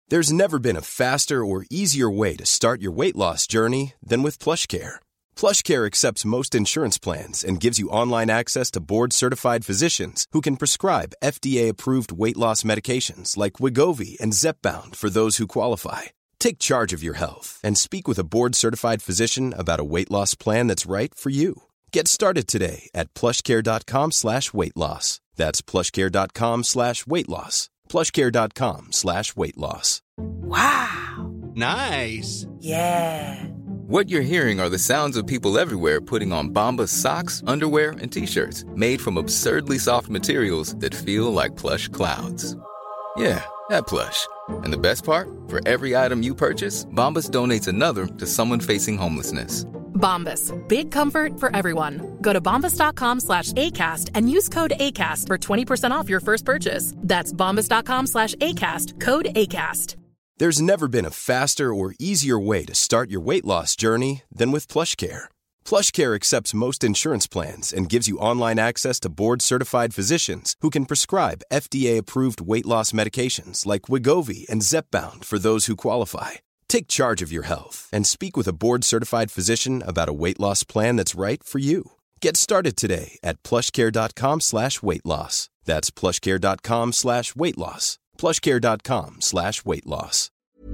There's never been a faster or easier way to start your weight loss journey than with PlushCare. PlushCare accepts most insurance plans and gives you online access to board-certified physicians who can prescribe FDA-approved weight loss medications like Wegovy and Zepbound for those who qualify. Take charge of your health and speak with a board-certified physician about a weight loss plan that's right for you. Get started today at plushcare.com/weightloss. That's plushcare.com/weightloss. plushcare.com/weightloss. Wow! Nice! Yeah! What you're hearing are the sounds of people everywhere putting on Bombas socks, underwear, and T-shirts made from absurdly soft materials that feel like plush clouds. Yeah, that plush. And the best part? For every item you purchase, Bombas donates another to someone facing homelessness. Bombas. Big comfort for everyone. Go to bombas.com/ACAST and use code ACAST for 20% off your first purchase. That's bombas.com/ACAST. Code ACAST. There's never been a faster or easier way to start your weight loss journey than with PlushCare. PlushCare accepts most insurance plans and gives you online access to board-certified physicians who can prescribe FDA-approved weight loss medications like Wegovy and Zepbound for those who qualify. Take charge of your health and speak with a board-certified physician about a weight loss plan that's right for you. Get started today at plushcare.com/weightloss. That's plushcare.com/weightloss. plushcare.com/weightloss.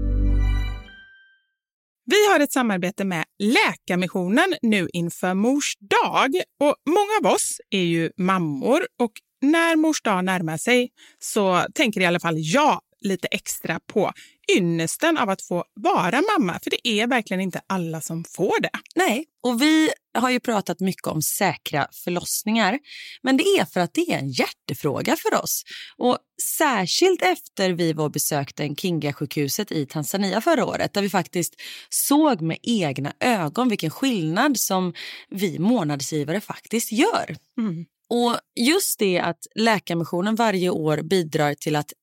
Vi har ett samarbete med Läkarmissionen nu inför Mors dag. Och många av oss är ju mammor, och när Mors dag närmar sig så tänker i alla fall jag lite extra på ynnesten av att få vara mamma. För det är verkligen inte alla som får det. Nej, och vi har ju pratat mycket om säkra förlossningar. Men det är för att det är en hjärtefråga för oss. Och särskilt efter vi var besökte Nkinga-sjukhuset i Tanzania förra året. Där vi faktiskt såg med egna ögon vilken skillnad som vi månadsgivare faktiskt gör. Mm. Och just det att Läkarmissionen varje år bidrar till att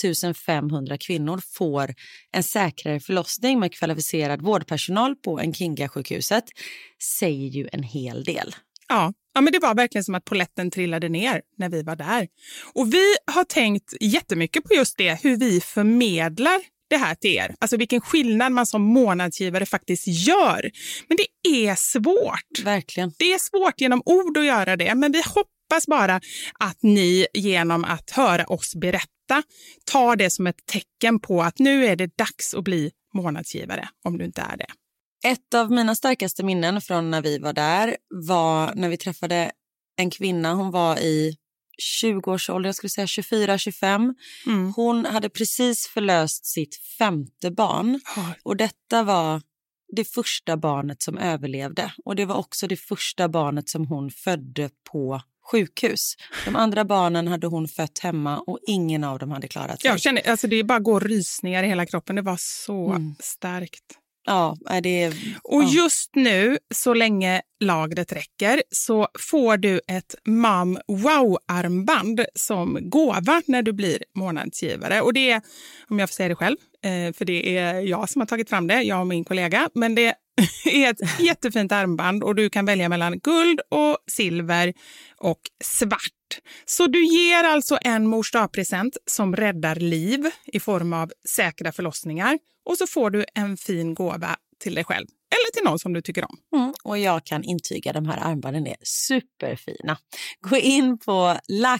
1500 kvinnor får en säkrare förlossning med kvalificerad vårdpersonal på Nkinga-sjukhuset säger ju en hel del. Ja, men det var verkligen som att polletten trillade ner när vi var där. Och vi har tänkt jättemycket på just det, hur vi förmedlar det här till er. Alltså vilken skillnad man som månadsgivare faktiskt gör. Men det är svårt. Verkligen. Det är svårt genom ord att göra det. Men vi hoppas bara att ni genom att höra oss berätta tar det som ett tecken på att nu är det dags att bli månadsgivare, om du inte är det. Ett av mina starkaste minnen från när vi var där var när vi träffade en kvinna. Hon var i 20-årsåldern, jag skulle säga 24-25. Mm. Hon hade precis förlöst sitt 5:e barn. Och detta var det första barnet som överlevde. Och det var också det första barnet som hon födde på sjukhus. De andra barnen hade hon fött hemma och ingen av dem hade klarat sig. Jag känner, alltså det bara går rysningar i hela kroppen. Det var så starkt. Ja, det... Och just nu, så länge lagret räcker, så får du ett Mom Wow-armband som gåva när du blir månadsgivare. Och det är, om jag får säga det själv, för det är jag som har tagit fram det, jag och min kollega. Men det är ett jättefint armband och du kan välja mellan guld och silver och svart. Så du ger alltså en morsdagspresent som räddar liv i form av säkra förlossningar. Och så får du en fin gåva till dig själv. Eller till någon som du tycker om. Och jag kan intyga de här armbanden är superfina. Gå in på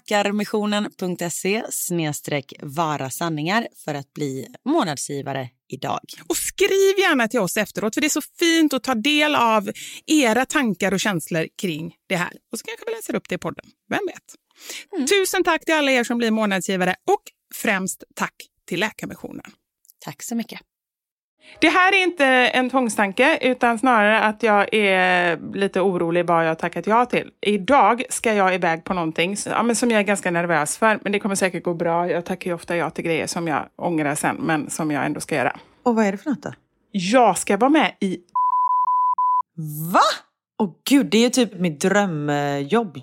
lakarmissionen.se/varasanningar för att bli månadsgivare idag. Och skriv gärna till oss efteråt, för det är så fint att ta del av era tankar och känslor kring det här. Och så kanske vi läser upp det i podden. Vem vet? Tusen tack till alla er som blir månadsgivare och främst tack till Läkarmissionen. Tack så mycket. Det här är inte en tvångstanke utan snarare att jag är lite orolig vad jag har tackat ja till. Idag ska jag iväg på någonting som jag är ganska nervös för. Men det kommer säkert gå bra. Jag tackar ju ofta ja till grejer som jag ångrar sen, men som jag ändå ska göra. Och vad är det för något då? Jag ska vara med i... Va? Åh gud, det är ju typ mitt drömjobb.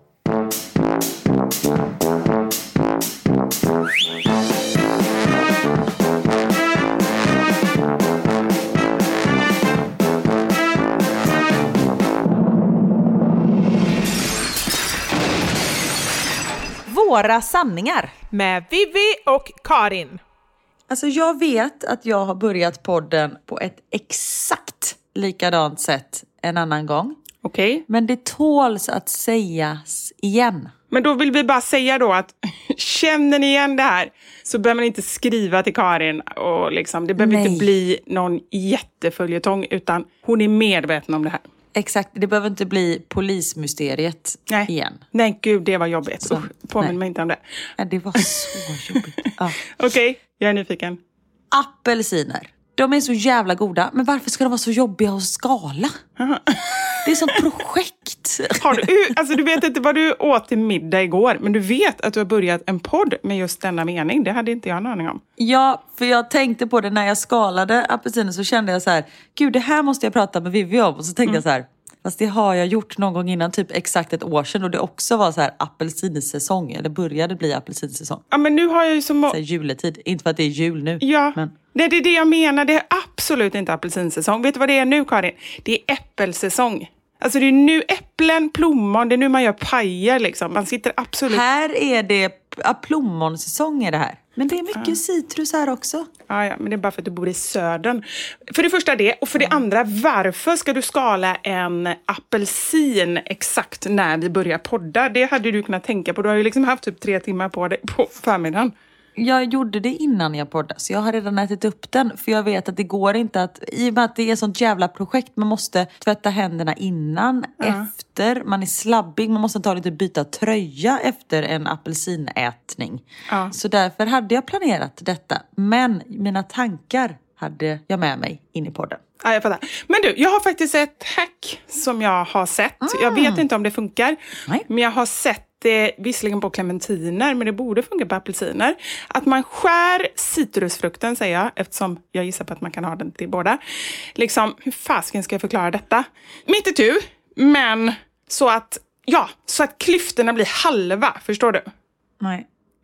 Våra sanningar med Vivi och Karin. Alltså jag vet att jag har börjat podden på ett exakt likadant sätt en annan gång. Okej. Men det tåls att sägas igen. Men då vill vi bara säga då att känner ni igen det här så behöver man inte skriva till Karin och liksom, det behöver inte bli någon jätteföljetong utan hon är medveten om det här. Exakt, det behöver inte bli polismysteriet igen. Nej, gud, det var jobbigt. Påminn mig inte om det. Ja, det var så jobbigt. Ja. Okej, jag är nyfiken. Apelsiner. De är så jävla goda, men varför ska de vara så jobbiga att skala? Det är som projekt. Du vet inte vad du åt till middag igår, men du vet att du har börjat en podd med just denna mening. Det hade inte jag en aning om. Ja, för jag tänkte på det när jag skalade apelsiner så kände jag så här, gud det här måste jag prata med Vivi om. Och så tänkte jag så här, fast det har jag gjort någon gång innan, typ exakt ett år sedan. Och det också var så här apelsinsäsong, eller började bli apelsinsäsong. Ja, men nu har jag ju så här juletid, inte för att det är jul nu. Ja, men... det är det jag menar. Det är absolut inte apelsinsäsong. Vet du vad det är nu, Karin? Det är äppelsäsong. Alltså det är nu äpplen, plommon, det är nu man gör pajer liksom. Man sitter absolut... Här är det plommonsäsong är det här. Men det är mycket citrus här också. Ja, men det är bara för att du bor i södern. För det första det, och för det andra, varför ska du skala en apelsin exakt när vi börjar podda? Det hade du kunnat tänka på. Du har ju liksom haft typ 3 timmar på dig på förmiddagen. Jag gjorde det innan jag poddade, så jag har redan ätit upp den. För jag vet att det går inte att, i och med att det är ett sånt jävla projekt, man måste tvätta händerna innan, efter, man är slabbig, man måste antagligen byta tröja efter en apelsinätning. Så därför hade jag planerat detta, men mina tankar hade jag med mig in i podden. Ja, jag fattar. Men du, jag har faktiskt ett hack som jag har sett. Jag vet inte om det funkar, men jag har sett det visserligen på clementiner, men det borde funka på apelsiner. Att man skär citrusfrukten, säger jag, eftersom jag gissar på att man kan ha den till båda. Liksom, hur fasken ska jag förklara detta? Mitt i tu, men så att klyftorna blir halva, förstår du? Nej.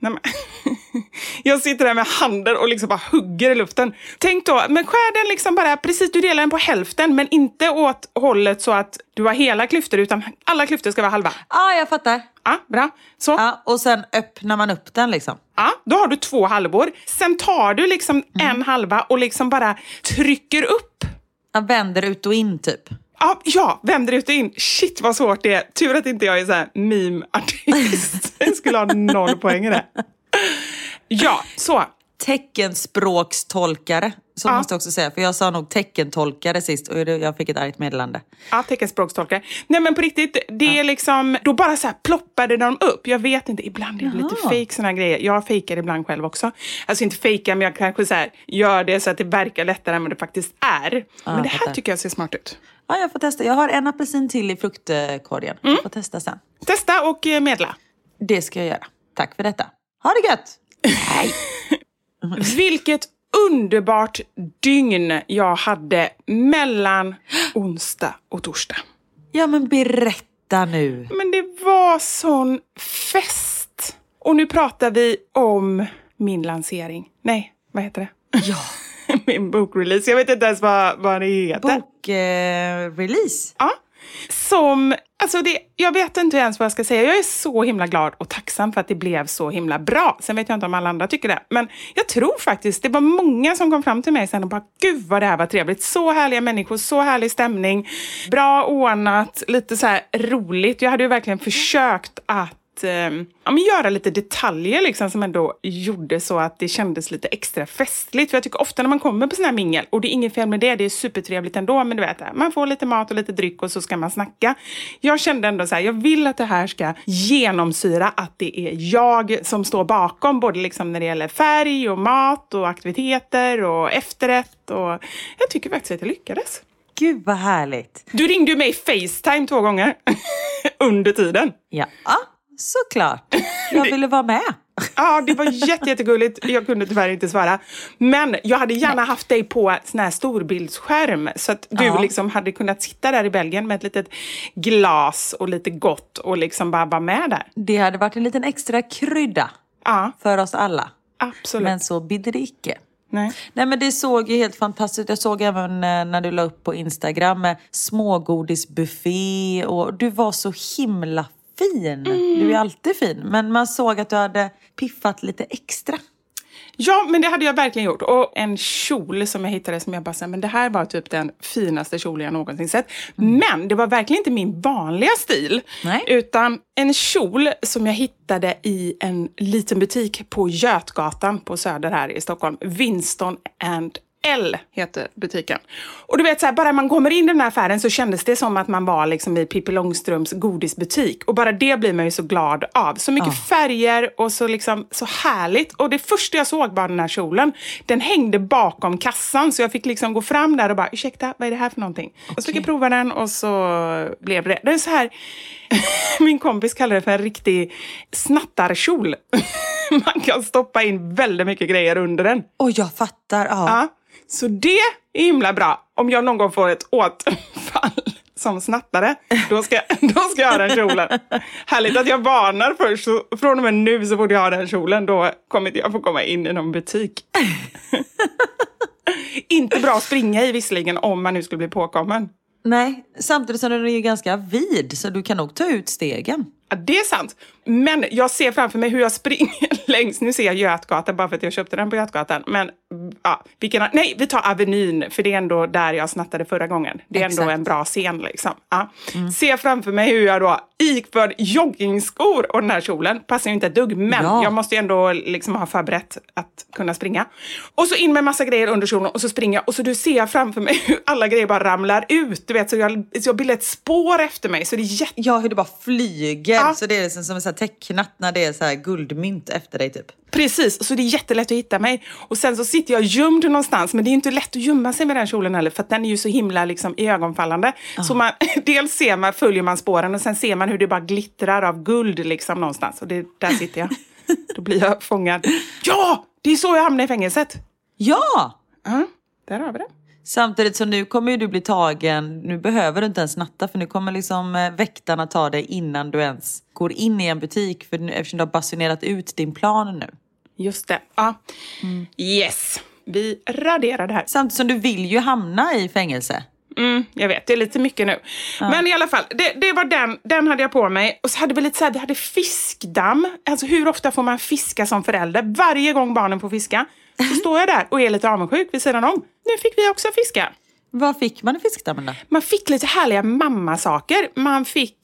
Jag sitter där med handen och liksom bara hugger i luften. Tänk då, men skär den liksom bara precis, du delar den på hälften, men inte åt hållet så att du har hela klyftor, utan alla klyftor ska vara halva. Ja, jag fattar. Ja, bra. Så. Ja, och sen öppnar man upp den liksom. Ja, då har du 2 halvor. Sen tar du liksom en halva och liksom bara trycker upp. Ja, vänder ut och in typ. Ja, vänder ut och in. Shit vad svårt det är. Tur att inte jag är så här meme-artist. Jag skulle ha 0 poäng i det. Ja, så. Teckenspråkstolkare. Så måste jag också säga. För jag sa nog teckentolkare sist. Och jag fick ett argt meddelande. Ja, teckenspråkstolkare. Nej men på riktigt. Det är liksom. Då bara så här ploppade de upp. Jag vet inte. Ibland är det lite fake såna grejer. Jag fejkar ibland själv också. Alltså inte fejka, men jag kanske så här gör det så att det verkar lättare än vad det faktiskt är. Men det här tycker jag ser smart ut. Ja, jag får testa. Jag har en apelsin till i fruktkorgen. Jag får testa sen. Testa och medla. Det ska jag göra. Tack för detta. Ha det gött! Nej. Vilket underbart dygn jag hade mellan onsdag och torsdag. Ja, men berätta nu. Men det var sån fest. Och nu pratar vi om min lansering. Nej, vad heter det? Ja. Min bokrelease. Jag vet inte ens vad det heter. Bokrelease? Ja. Som, alltså jag vet inte ens vad jag ska säga. Jag är så himla glad och tacksam för att det blev så himla bra. Sen vet jag inte om alla andra tycker det. Men jag tror faktiskt, det var många som kom fram till mig sen och bara, gud vad det här var trevligt. Så härliga människor, så härlig stämning. Bra ordnat, lite så här roligt. Jag hade ju verkligen försökt att göra lite detaljer liksom, som ändå gjorde så att det kändes lite extra festligt. För jag tycker ofta när man kommer på sån här mingel, och det är ingen fel med det är supertrevligt ändå, men du vet, man får lite mat och lite dryck och så ska man snacka. Jag kände ändå så här, jag vill att det här ska genomsyra att det är jag som står bakom, både liksom när det gäller färg och mat och aktiviteter och efterrätt, och jag tycker faktiskt att jag lyckades. Gud vad härligt. Du ringde ju mig FaceTime 2 gånger under tiden. Ja, såklart. Jag ville vara med. Ja, det var jättegulligt. Jag kunde tyvärr inte svara. Men jag hade gärna haft dig på sån här storbildsskärm. Så att du liksom hade kunnat sitta där i Belgien med ett litet glas och lite gott och liksom bara vara med där. Det hade varit en liten extra krydda för oss alla. Absolut. Men så bidde det icke. Nej, men det såg ju helt fantastiskt. Jag såg även när du la upp på Instagram med smågodisbuffé. Och du var så himla fin. Du är alltid fin. Men man såg att du hade piffat lite extra. Ja, men det hade jag verkligen gjort. Och en kjol som jag hittade som jag bara sa, men det här var typ den finaste kjolen jag någonsin sett. Men det var verkligen inte min vanliga stil. Nej. Utan en kjol som jag hittade i en liten butik på Götgatan på Söder här i Stockholm. Winston & L heter butiken. Och du vet så här, bara man kommer in i den här affären så kändes det som att man var liksom i Pippi Långstrumps godisbutik. Och bara det blir man ju så glad av. Så mycket färger och så liksom så härligt. Och det första jag såg var den här kjolen. Den hängde bakom kassan så jag fick liksom gå fram där och bara, ursäkta, vad är det här för någonting? Och så fick jag prova den och så blev det. Det är så här, min kompis kallar det för en riktig snattarkjol. Man kan stoppa in väldigt mycket grejer under den. Och jag fattar, Ja. Så det är himla bra. Om jag någon gång får ett återfall som snattare, då ska jag ha den kjolen. Härligt att jag varnar först. Så från och med nu så borde jag ha den kjolen. Då kommer inte jag få komma in i någon butik. Inte bra att springa i visserligen om man nu skulle bli påkommen. Nej, samtidigt som den är ju ganska vid så du kan nog ta ut stegen. Ja, det är sant. Men jag ser framför mig hur jag springer längs. Nu ser jag Götgatan bara för att jag köpte den på Götgatan. Men ja, vi tar Avenyn. För det är ändå där jag snattade förra gången. Det är ändå en bra scen liksom. Ja. Ser framför mig hur jag då ikförd joggingskor och den här kjolen. Passar ju inte ett dugg. Men jag måste ju ändå liksom ha förberett att kunna springa. Och så in med massa grejer under kjolen. Och så springer jag. Och så du ser jag framför mig hur alla grejer bara ramlar ut. Du vet, så jag bildar ett spår efter mig. Så det är Ja, hur det bara flyger. Ja. Så det är som så här tecknat när det är så här guldmynt efter dig typ. Precis, så det är jättelätt att hitta mig. Och sen så sitter jag gömd någonstans. Men det är inte lätt att gömma sig med den kjolen heller. För att den är ju så himla liksom ögonfallande. Så man, dels följer man spåren. Och sen ser man hur det bara glittrar av guld liksom någonstans. Och där sitter jag. Då blir jag fångad. Ja, det är så jag hamnar i fängelset. Ja! Där har vi det. Samtidigt så nu kommer ju du bli tagen. Nu behöver du inte ens snatta. För nu kommer liksom väktarna ta dig innan du ens går in i en butik. För eftersom du har basunerat ut din plan nu. Just det, ja. Yes, vi raderar det här. Samtidigt som du vill ju hamna i fängelse. Jag vet, det är lite mycket nu. Men i alla fall, det var den hade jag på mig. Och så hade vi lite så här, vi hade fiskdamm. Alltså hur ofta får man fiska som förälder? Varje gång barnen får fiska så står jag där och är lite avundsjuk vid sidan om. Nu fick vi också fiska. Vad fick man i fiskdammen då? Man fick lite härliga mammasaker. Man fick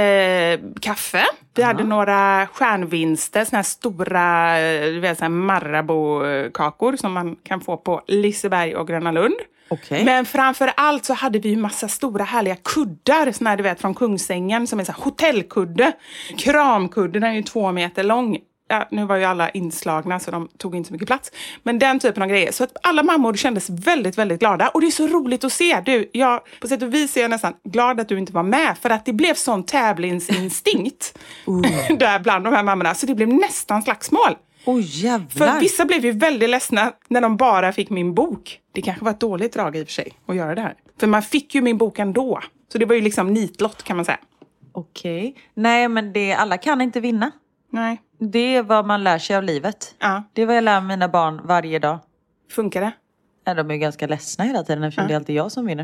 kaffe. Vi hade några stjärnvinster, såna här stora såna här Marabou-kakor som man kan få på Liseberg och Gröna Lund. Okay. Men framför allt så hade vi ju massa stora härliga kuddar, såna här, du vet, från Kungsängen som är så här hotellkudde. Kramkudde, den är ju 2 meter lång. Ja, nu var ju alla inslagna så de tog inte så mycket plats. Men den typen av grejer. Så att alla mammor kändes väldigt, väldigt glada. Och det är så roligt att se. På sätt och vis är jag nästan glad att du inte var med. För att det blev sån tävlingsinstinkt där bland de här mammorna. Så det blev nästan slagsmål. Jävlar. För vissa blev ju väldigt ledsna när de bara fick min bok. Det kanske var ett dåligt drag i och för sig att göra det här. För man fick ju min bok ändå. Så det var ju liksom nitlott kan man säga. Okej. Nej, men alla kan inte vinna. Nej. Det är vad man lär sig av livet. Ja. Det är vad jag lär mina barn varje dag. Funkar det? Ja, de är ganska ledsna hela tiden eftersom det är alltid jag som vinner.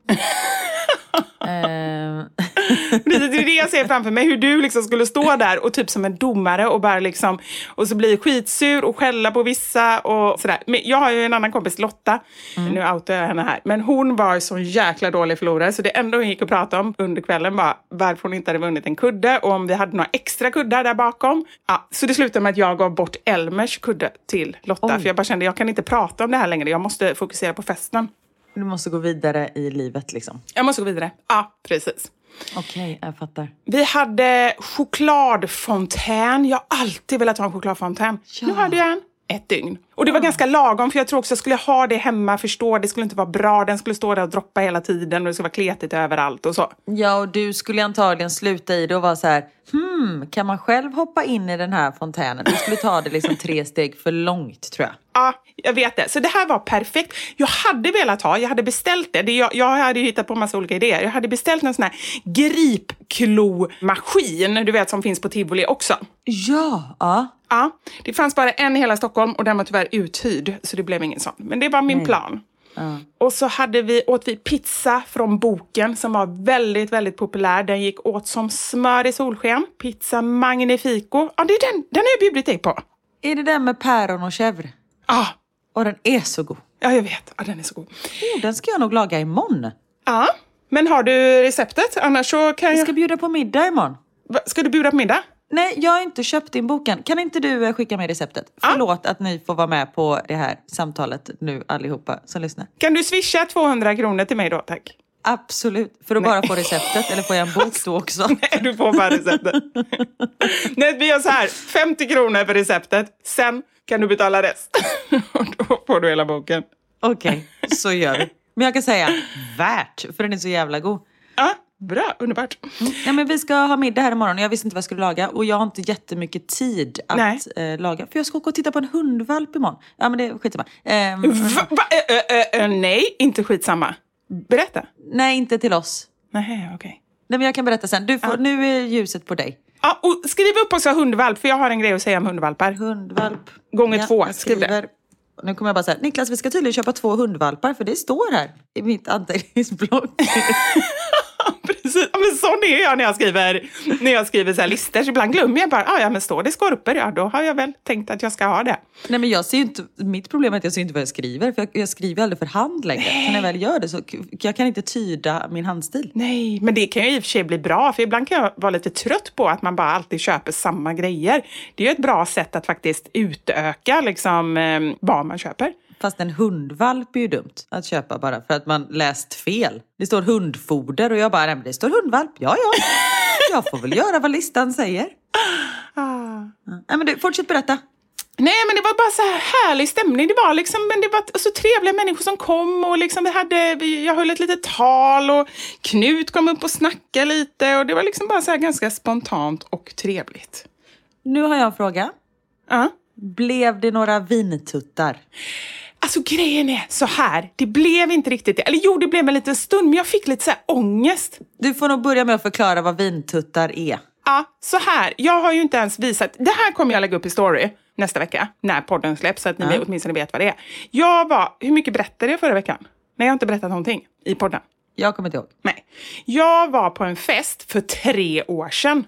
Det är det jag ser framför mig. Hur du liksom skulle stå där och typ som en domare och bara liksom, och så blir skitsur och skälla på vissa och sådär. Men jag har ju en annan kompis, Lotta. Nu outar jag henne här. Men hon var så jäkla dålig förlorare. Så det enda hon gick och pratade om under kvällen var varför hon inte hade vunnit en kudde. Och om vi hade några extra kuddar där bakom. Ja, så det slutade med att jag gav bort Elmers kudde till Lotta. För jag bara kände, jag kan inte prata om det här längre. Jag måste fokusera på festen. Du måste gå vidare i livet liksom. Jag måste gå vidare. Ja, precis. Okej, jag fattar. Vi hade chokladfontän. Jag har alltid velat ha en chokladfontän. Ja. Nu hade jag en. 1 dygn. Och det var ganska lagom för jag tror också jag skulle ha det hemma, förstå. Det skulle inte vara bra. Den skulle stå där och droppa hela tiden och det skulle vara kletigt överallt och så. Ja, och du skulle antagligen sluta i det och vara så här, kan man själv hoppa in i den här fontänen? Du skulle ta det liksom 3 steg för långt, tror jag. Ja, jag vet det. Så det här var perfekt. Jag hade velat ha, jag hade beställt det. Jag hade ju hittat på massa olika idéer. Jag hade beställt en sån här gripklomaskin, du vet, som finns på Tivoli också. Ja. Ja, det fanns bara en i hela Stockholm och den var tyvärr uthyrd. Så det blev ingen sån. Men det var min plan. Och så åt vi pizza från Boken som var väldigt, väldigt populär. Den gick åt som smör i solsken. Pizza Magnifico. Ja, det är den har jag bjudit dig på. Är det den med päron och chèvre? Och den är så god. Ja, jag vet. Ja, den är så god. Den ska jag nog laga imorgon. Ja, men har du receptet? Annars så kan Jag ska bjuda på middag imorgon. Ska du bjuda på middag? Nej, jag har inte köpt in boken. Kan inte du skicka mig receptet? Förlåt att ni får vara med på det här samtalet nu allihopa som lyssnar. Kan du swisha 200 kronor till mig då, tack? Absolut. För att bara få receptet. Eller får jag en bok då också? Nej, du får bara receptet. Nej, vi gör så här. 50 kronor för receptet. Sen kan du betala rest. Och då får du hela boken. Okej, så gör vi. Men jag kan säga värt. För den är så jävla god. Ja, bra. Underbart. Ja, men vi ska ha middag här imorgon. Jag visste inte vad jag skulle laga. Och jag har inte jättemycket tid att laga. För jag ska gå och titta på en hundvalp imorgon. Ja, men det är skitsamma. Nej, inte skitsamma. Berätta. Nej, inte till oss. Nej, okej. Nej, men jag kan berätta sen. Nu är ljuset på dig. Ja, och skriv upp också hundvalp. För jag har en grej att säga om hundvalpar. Hundvalp. Gånger 2. Skriv det. Nu kommer jag bara säga, Niklas, vi ska tydligen köpa 2 hundvalpar. För det står här i mitt anteckningsblock. Precis, men sån är jag när jag skriver så här listor. Så ibland glömmer jag bara, ja men står det skorpor, ja då har jag väl tänkt att jag ska ha det. Nej, men jag ser inte, mitt problem är att jag ser inte vad jag skriver. För jag skriver aldrig för hand längre. Så när jag väl gör det så jag kan inte tyda min handstil. Nej, men det kan ju i och för sig bli bra. För ibland kan jag vara lite trött på att man bara alltid köper samma grejer. Det är ju ett bra sätt att faktiskt utöka liksom, vad man köper. Fast en hundvalp är ju dumt att köpa bara för att man läst fel. Det står hundfoder och jag bara, nej men det står hundvalp. Ja. Jag får väl göra vad listan säger. Nej, men du, fortsätt berätta. Nej, men det var bara så här härlig stämning. Det var liksom, men det var så trevliga människor som kom och liksom jag höll ett litet tal och Knut kom upp och snackade lite och det var liksom bara så här ganska spontant och trevligt. Nu har jag en fråga. Blev det några vintuttar? Alltså grejen är så här, det blev inte riktigt det. Eller jo, det blev en liten stund, men jag fick lite så här ångest. Du får nog börja med att förklara vad vintuttar är. Ja, så här. Jag har ju inte ens visat. Det här kommer jag lägga upp i story nästa vecka, när podden släpps, så att ni åtminstone vet vad det är. Hur mycket berättade jag förra veckan? Nej, jag har inte berättat någonting i podden. Jag kommer inte ihåg. Nej. Jag var på en fest för 3 år sedan.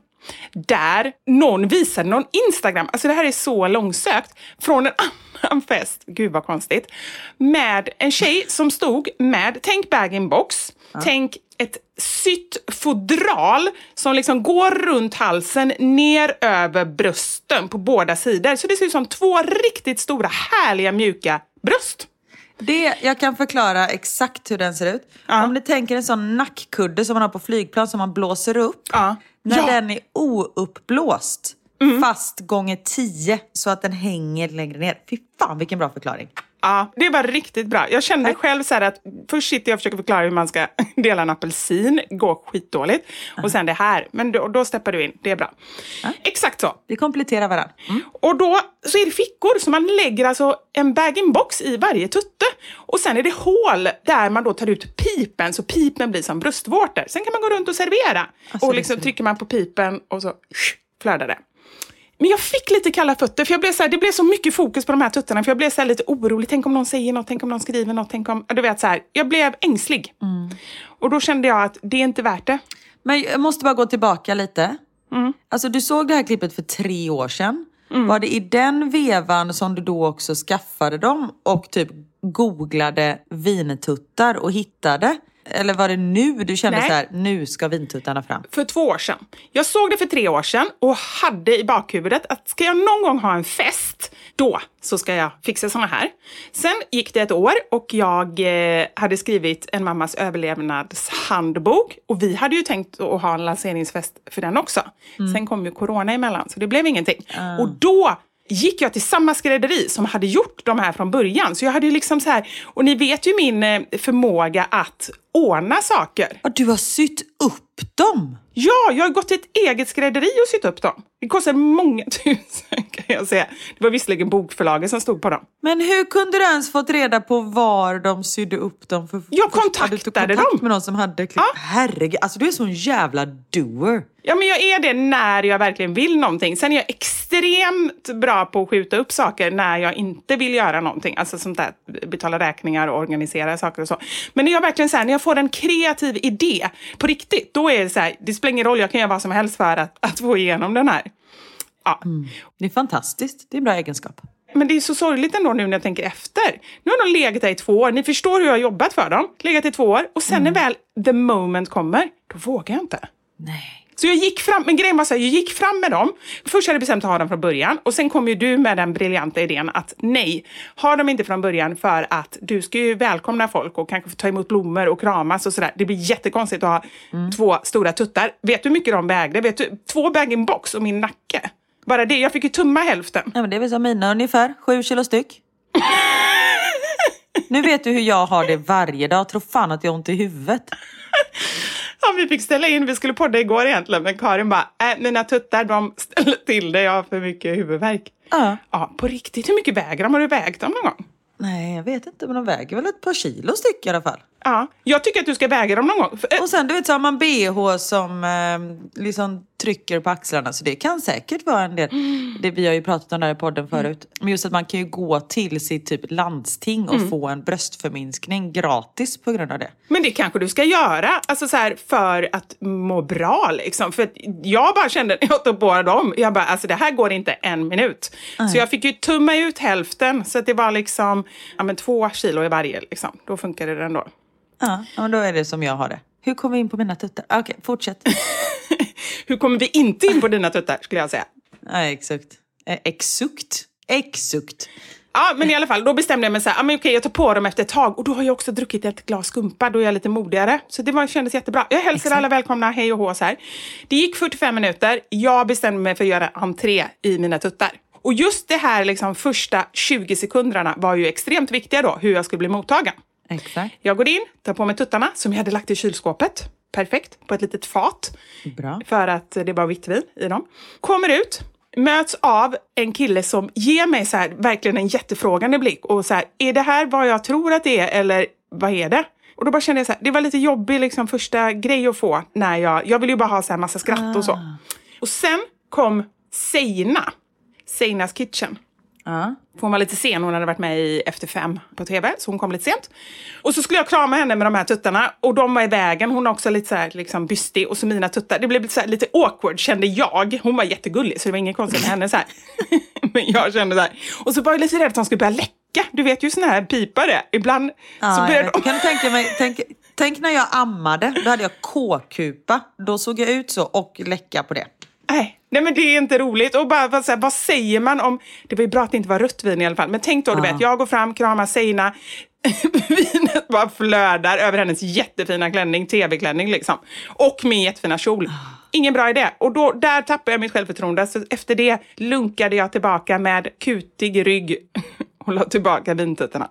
Där någon visade någon Instagram, alltså det här är så långsökt, från en annan fest, gud vad konstigt, med en tjej som stod med, tänk bag-in-box, tänk ett sytt fodral som liksom går runt halsen ner över brösten på båda sidor, så det ser ut som 2 riktigt stora, härliga, mjuka bröst. Jag kan förklara exakt hur den ser ut. Om ni tänker en sån nackkudde som man har på flygplan som man blåser upp. När den är ouppblåst. Fast gånger 10 så att den hänger längre ner. Fy fan, vilken bra förklaring. Ja, det var riktigt bra. Jag kände själv så här att först sitter jag och försöker förklara hur man ska dela en apelsin. Går skitdåligt. Och sen det här. Men då steppar du in. Det är bra. Exakt så. Vi kompletterar varandra. Och då så är det fickor. Så man lägger alltså en bag-in-box i varje tutte. Och sen är det hål där man då tar ut pipen. Så pipen blir som bröstvårtor. Sen kan man gå runt och servera. Alltså, och liksom trycker man på pipen och så flödar det. Men jag fick lite kalla fötter, för jag blev så här, det blev så mycket fokus på de här tuttarna, för jag blev så här lite orolig. Tänk om någon säger något, tänk om någon skriver något, tänk om, du vet så här. Jag blev ängslig. Och då kände jag att det är inte värt det. Men jag måste bara gå tillbaka lite. Alltså du såg det här klippet för 3 år sedan. Var det i den vevan som du då också skaffade dem och typ googlade vintuttar och hittade? Eller var det nu du kände så här, nu ska vintuttarna fram? För 2 år sedan. Jag såg det för 3 år sedan och hade i bakhuvudet att ska jag någon gång ha en fest, då så ska jag fixa såna här. Sen gick det 1 år och jag hade skrivit en mammas överlevnadshandbok. Och vi hade ju tänkt att ha en lanseringsfest för den också. Sen kom ju corona emellan, så det blev ingenting. Och då gick jag till samma skrädderi som hade gjort de här från början. Så jag hade ju liksom så här, och ni vet ju min förmåga att ordna saker. Och du har sytt upp dem? Ja, jag har gått till ett eget skrädderi och sytt upp dem. Det kostar många tusen, kan jag säga. Det var visserligen bokförlaget som stod på dem. Men hur kunde du ens fått reda på var de sydde upp dem? Jag kontaktade dem. Med någon som hade klipp. Herregud, alltså du är sån jävla doer. Ja, men jag är det när jag verkligen vill någonting. Sen är jag extremt bra på att skjuta upp saker när jag inte vill göra någonting. Alltså sånt där, betala räkningar och organisera saker och så. Men när jag verkligen så här, när jag får en kreativ idé på riktigt, då är det så här, det spelar ingen roll, jag kan göra vad som helst för att få igenom den här. Ja. Det är fantastiskt, det är en bra egenskap. Men det är så sorgligt ändå nu när jag tänker efter. Nu har de legat där i 2 år. Ni förstår hur jag har jobbat för dem. Legat i 2 år. Och sen när väl the moment kommer, då vågar jag inte. Nej. Så jag gick fram, men grejen var så här, jag gick fram med dem. Först hade jag bestämt att ha dem från början. Och sen kom ju du med den briljanta idén att nej, ha dem inte från början för att du ska ju välkomna folk och kanske få ta emot blommor och kramas och sådär. Det blir jättekonstigt att ha 2 stora tuttar. Vet du hur mycket de vägde? Vet du, 2 bag-in-box och min nacke. Bara det, jag fick ju tumma hälften. Ja, men det är väl som mina ungefär, 7 kilo styck. Nu vet du hur jag har det varje dag. Tror fan att jag har ont i huvudet. Ja, vi fick ställa in, vi skulle podda igår egentligen. Men Karin bara, mina tuttar, de ställer till det. Jag har för mycket huvudvärk. Ja, på riktigt. Hur mycket väger de? Har du vägt dem någon gång? Nej, jag vet inte, men de väger väl ett par kilo styck i alla fall. Ja, jag tycker att du ska väga dem någon gång. Och sen, du vet, så har man BH som liksom trycker på axlarna. Så det kan säkert vara en del. Det, vi har ju pratat om det här i podden förut. Men just att man kan ju gå till sitt typ landsting och få en bröstförminskning gratis på grund av det. Men det kanske du ska göra. Alltså så här, för att må bra liksom. För att jag bara kände när jag tog på dem. Jag bara, alltså det här går inte 1 minut. Så jag fick ju tumma ut hälften. Så att det var liksom 2 kilo i varje liksom. Då funkar det ändå. Ja, och då är det som jag har det. Hur kommer vi in på mina tuttar? Okej, fortsätt. Hur kommer vi inte in på dina tuttar, skulle jag säga? Ja, exakt. Ja, men i alla fall, då bestämde jag mig så här, okej, jag tar på dem efter ett tag. Och då har jag också druckit ett glas skumpa, då är jag lite modigare. Så det kändes jättebra. Jag hälsade alla välkomna, hej och hå så här. Det gick 45 minuter, jag bestämde mig för att göra entré i mina tuttar. Och just det här liksom, första 20 sekunderna var ju extremt viktiga då, hur jag skulle bli mottagen. Exakt. Jag går in, tar på mig tuttarna som jag hade lagt i kylskåpet. Perfekt, på ett litet fat. Bra. För att det var vitt vin i dem. Kommer ut, möts av en kille som ger mig så här, verkligen en jättefrågande blick. Och så här, är det här vad jag tror att det är eller vad är det? Och då bara kände jag så här, det var lite jobbig liksom, första grej att få. När jag ville ju bara ha så här massa skratt och så. Och sen kom Seinas Kitchen. Hon var lite sen, hon hade varit med i Efter 5 på tv, så hon kom lite sent. Och så skulle jag krama henne med de här tuttarna, och de var i vägen. Hon är också lite så här, liksom bystig, och så mina tuttar, det blev så här, lite awkward kände jag. Hon var jättegullig, så det var ingen konstigt med henne så här. Men jag kände så här. Och så var jag lite rädd att hon skulle börja läcka. Du vet ju såna här pipare. Ibland så började de... Kan du tänka mig, tänk när jag ammade, då hade jag k-kupa. Då såg jag ut så, och läcka på det. Nej, men det är inte roligt. Och bara så här, vad säger man om... Det var ju bra att det inte var rött vin i alla fall. Men tänk då, du vet, jag går fram, kramar Seina. Vinet bara flödar över hennes jättefina klänning, tv-klänning liksom. Och min jättefina kjol. Ingen bra idé. Och där tappade jag mitt självförtroende. Så efter det lunkade jag tillbaka med kutig rygg och la tillbaka vintuttarna.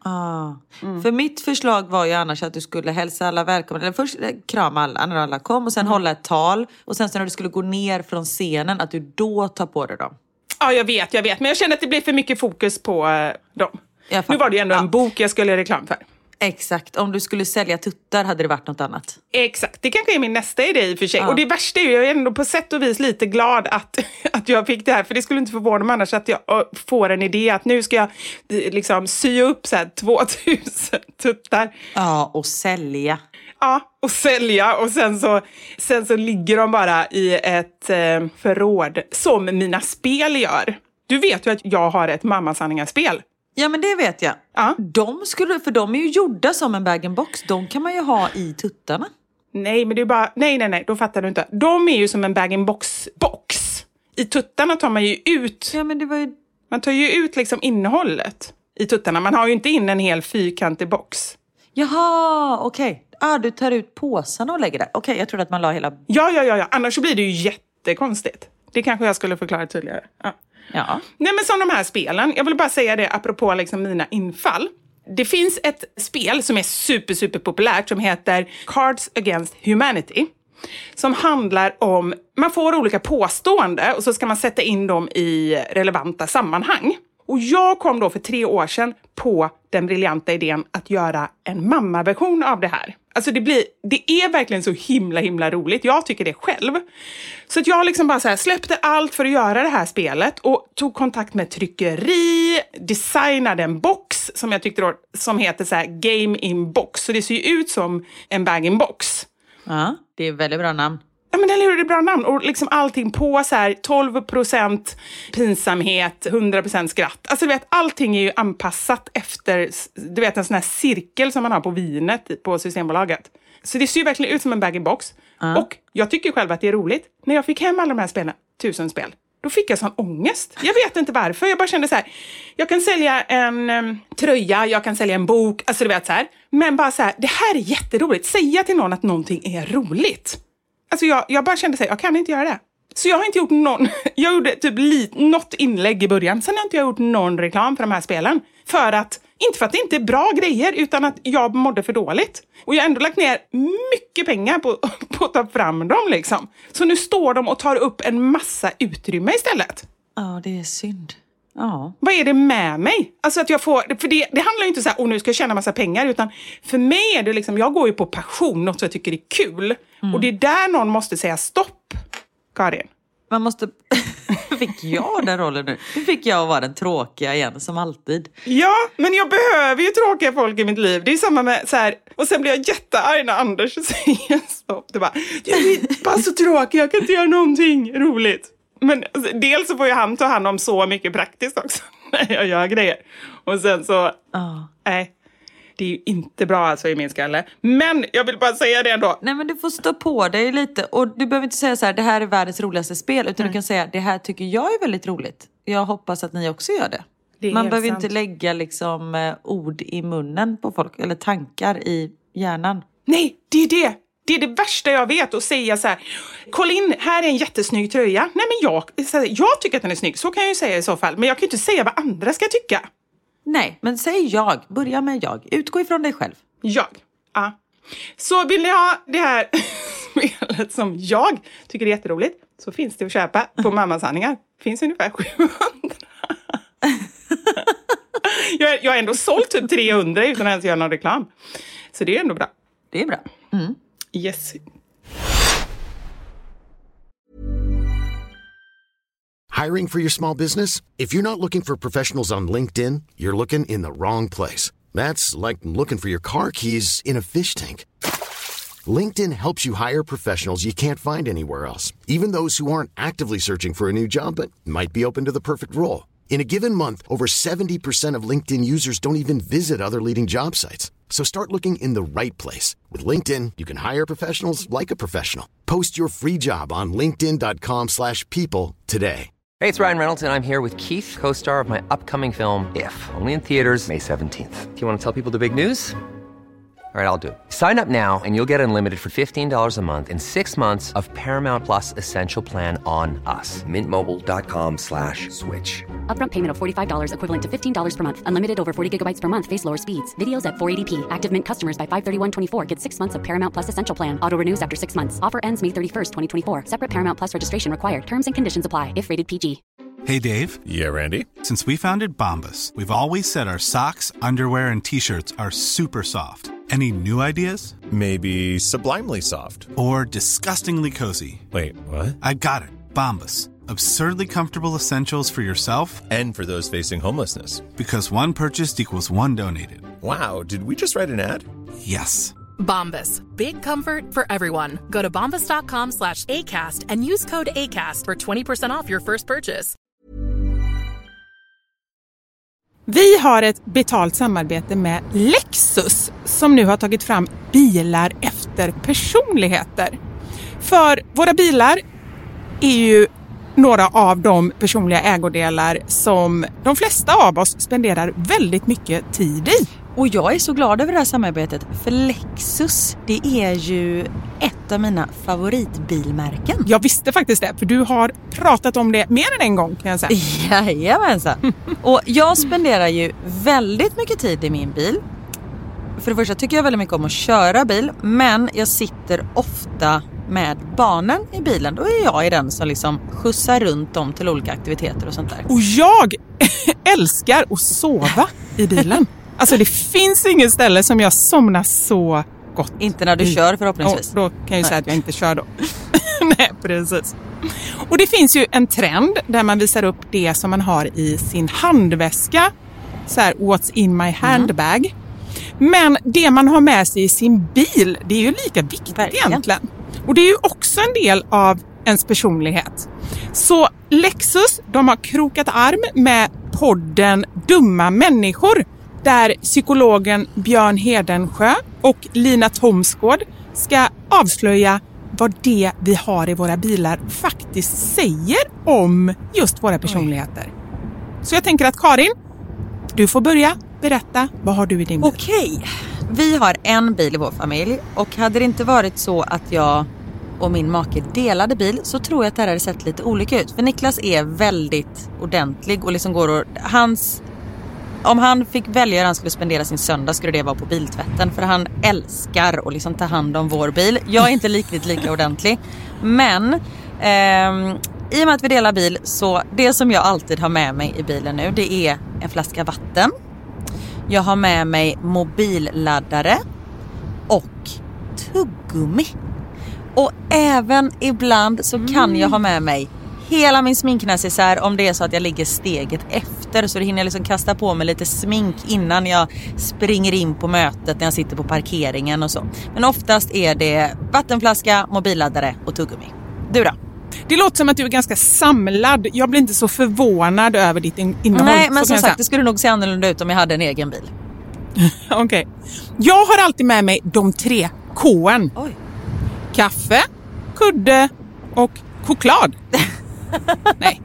För mitt förslag var ju annars att du skulle hälsa alla välkomna. Eller först krama alla när alla kom, och sen hålla ett tal. Och sen när du skulle gå ner från scenen, att du då tar på dig dem. Ja, jag vet. Men jag kände att det blev för mycket fokus på dem. Nu var det ju ändå en bok jag skulle göra reklam för. Exakt, om du skulle sälja tuttar hade det varit något annat. Exakt, det kanske är min nästa idé i och för sig. Och det värsta är ju, jag är ändå på sätt och vis lite glad att jag fick det här. För det skulle inte förvåna mig annars att jag får en idé att nu ska jag liksom sy upp så här 2000 tuttar. Ja, och sälja. Ja, och sälja. Och sen så ligger de bara i ett förråd som mina spel gör. Du vet ju att jag har ett mammasanningar-spel. Ja, men det vet jag. För de är ju gjorda som en bag-in-box. De kan man ju ha i tuttarna. Nej, men det är bara... Nej, då fattar du inte. De är ju som en bag-in-box. I tuttarna tar man ju ut... Ja, men det var ju... Man tar ju ut liksom innehållet i tuttarna. Man har ju inte in en hel fyrkantig box. Jaha, okej. Du tar ut påsarna och lägger där. Okej, jag trodde att man la hela... Ja. Annars så blir det ju jättekonstigt. Det kanske jag skulle förklara tydligare. Ja. Nej, men som de här spelen. Jag vill bara säga det apropå liksom mina infall. Det finns ett spel som är super populärt som heter Cards Against Humanity. Som handlar om, man får olika påstående och så ska man sätta in dem i relevanta sammanhang. Och jag kom då för 3 år sedan på den briljanta idén att göra en mammaversion av det här. Alltså det är verkligen så himla roligt. Jag tycker det själv. Så att jag liksom bara så här släppte allt för att göra det här spelet. Och tog kontakt med tryckeri. Designade en box som jag tyckte då, som heter så här Game in Box. Så det ser ju ut som en bag in box. Ja, det är väldigt bra namn. Ja, men eller hur, det är bra namn. Och liksom allting på så här 12% pinsamhet, 100% skratt. Alltså du vet, allting är ju anpassat efter, du vet, en sån här cirkel som man har på vinet på Systembolaget. Så det ser ju verkligen ut som en bag-in-box. Och jag tycker själv att det är roligt. När jag fick hem alla de här spelen, 1000 spel, då fick jag sån ångest. Jag vet inte varför. Jag bara kände så här, jag kan sälja en tröja, jag kan sälja en bok, alltså du vet så här. Men bara så här, det här är jätteroligt. Säga till någon att någonting är roligt. Alltså jag bara kände så här, jag kan inte göra det. Så jag har inte gjort jag gjorde typ något inlägg i början. Sen har inte jag gjort någon reklam för de här spelen. Inte för att det inte är bra grejer, utan att jag mådde för dåligt. Och jag har ändå lagt ner mycket pengar på att ta fram dem liksom. Så nu står de och tar upp en massa utrymme istället. Ja, det är synd. Ja. Vad är det med mig? Alltså att jag får, för det handlar ju inte så här, nu ska jag tjäna massa pengar, utan för mig är det liksom, jag går ju på passion, något som jag tycker är kul. Och det är där någon måste säga stopp, Karin. Man måste... Fick jag den rollen nu? Nu fick jag vara den tråkiga igen, som alltid. Ja, men jag behöver ju tråkiga folk i mitt liv. Det är samma med så här, och sen blir jag jättearg när Anders säger stopp. Det bara, jag är bara så tråkig, jag kan inte göra någonting roligt. Men alltså, dels så får ju han ta hand om så mycket praktiskt också när jag gör grejer. Och sen så, nej, det är ju inte bra alltså i min skalle. Men jag vill bara säga det ändå. Nej, men du får stå på dig lite. Och du behöver inte säga så här, det här är världens roligaste spel. Utan du kan säga, det här tycker jag är väldigt roligt. Jag hoppas att ni också gör det. Man behöver inte lägga liksom ord i munnen på folk. Eller tankar i hjärnan. Nej, det är det. Det är det värsta jag vet, att säga så här, kolla in, här är en jättesnygg tröja. Nej, men jag tycker att den är snygg, så kan jag ju säga i så fall. Men jag kan ju inte säga vad andra ska tycka. Nej, men säg jag. Börja med jag. Utgå ifrån dig själv. Jag. Ja. Så vill ni ha det här spelet som jag tycker är jätteroligt, så finns det att köpa på Mammasanningar. Finns ungefär 700. jag har ändå sålt typ 300 utan att ens göra någon reklam. Så det är ändå bra. Det är bra. Mm. Yes. Hiring for your small business? If you're not looking for professionals on LinkedIn, you're looking in the wrong place. That's like looking for your car keys in a fish tank. LinkedIn helps you hire professionals you can't find anywhere else, even those who aren't actively searching for a new job but might be open to the perfect role. In a given month, over 70% of LinkedIn users don't even visit other leading job sites. So start looking in the right place. With LinkedIn, you can hire professionals like a professional. Post your free job on linkedin.com/people today. Hey, it's Ryan Reynolds, and I'm here with Keith, co-star of my upcoming film, If, only in theaters May 17th. Do you want to tell people the big news? All right, I'll do it. Sign up now and you'll get unlimited for $15 a month and 6 months of Paramount Plus Essential Plan on us. MintMobile.com/switch. Upfront payment of $45 equivalent to $15 per month. Unlimited over 40 gigabytes per month. Face lower speeds. Videos at 480p. Active Mint customers by 531.24 get 6 months of Paramount Plus Essential Plan. Auto renews after 6 months. Offer ends May 31st, 2024. Separate Paramount Plus registration required. Terms and conditions apply if rated PG. Hey, Dave. Yeah, Randy. Since we founded Bombas, we've always said our socks, underwear, and T-shirts are super soft. Any new ideas? Maybe sublimely soft. Or disgustingly cozy. Wait, what? I got it. Bombas. Absurdly comfortable essentials for yourself and for those facing homelessness. Because one purchased equals one donated. Wow, did we just write an ad? Yes. Bombas. Big comfort for everyone. Go to bombas.com/ACAST and use code ACAST for 20% off your first purchase. Vi har ett betalt samarbete med Lexus som nu har tagit fram bilar efter personligheter. För våra bilar är ju några av de personliga ägodelar som de flesta av oss spenderar väldigt mycket tid i. Och jag är så glad över det här samarbetet, för Lexus, det är ju ett av mina favoritbilmärken. Jag visste faktiskt det, för du har pratat om det mer än en gång, kan jag säga. Jajamensan. Och jag spenderar ju väldigt mycket tid i min bil. För det första tycker jag väldigt mycket om att köra bil, men jag sitter ofta med barnen i bilen. Då är jag den som liksom skjutsar runt dem till olika aktiviteter och sånt där. Och jag älskar att sova i bilen. Alltså det finns inget ställe som jag somnar så gott. Inte när du kör förhoppningsvis. Då kan jag ju säga att jag inte kör då. Nej, precis. Och det finns ju en trend där man visar upp det som man har i sin handväska. Så här, what's in my handbag. Men det man har med sig i sin bil, det är ju lika viktigt egentligen. Och det är ju också en del av ens personlighet. Så Lexus, de har krokat arm med podden Dumma människor, där psykologen Björn Hedensjö och Lina Thomsgård ska avslöja vad det vi har i våra bilar faktiskt säger om just våra personligheter. Så jag tänker att Karin, du får börja berätta, vad har du i din bil? Okej, vi har en bil i vår familj och hade det inte varit så att jag och min make delade bil så tror jag att det här hade sett lite olika ut. För Niklas är väldigt ordentlig och liksom går och om han fick välja hur han skulle spendera sin söndag skulle det vara på biltvätten. För han älskar att liksom ta hand om vår bil. Jag är inte lika ordentlig. Men i och med att vi delar bil så det som jag alltid har med mig i bilen nu, det är en flaska vatten. Jag har med mig mobilladdare och tuggummi. Och även ibland så kan jag ha med mig hela min sminknäsisär om det är så att jag ligger steget efter. Så det hinner jag liksom kasta på mig lite smink innan jag springer in på mötet när jag sitter på parkeringen och så. Men oftast är det vattenflaska, mobilladdare och tuggummi. Du då? Det låter som att du är ganska samlad. Jag blir inte så förvånad över ditt innehåll. Nej, men som sagt, det skulle nog se annorlunda ut om jag hade en egen bil. Okej. Jag har alltid med mig de 3 K:n. Oj. Kaffe, kudde och choklad. Nej.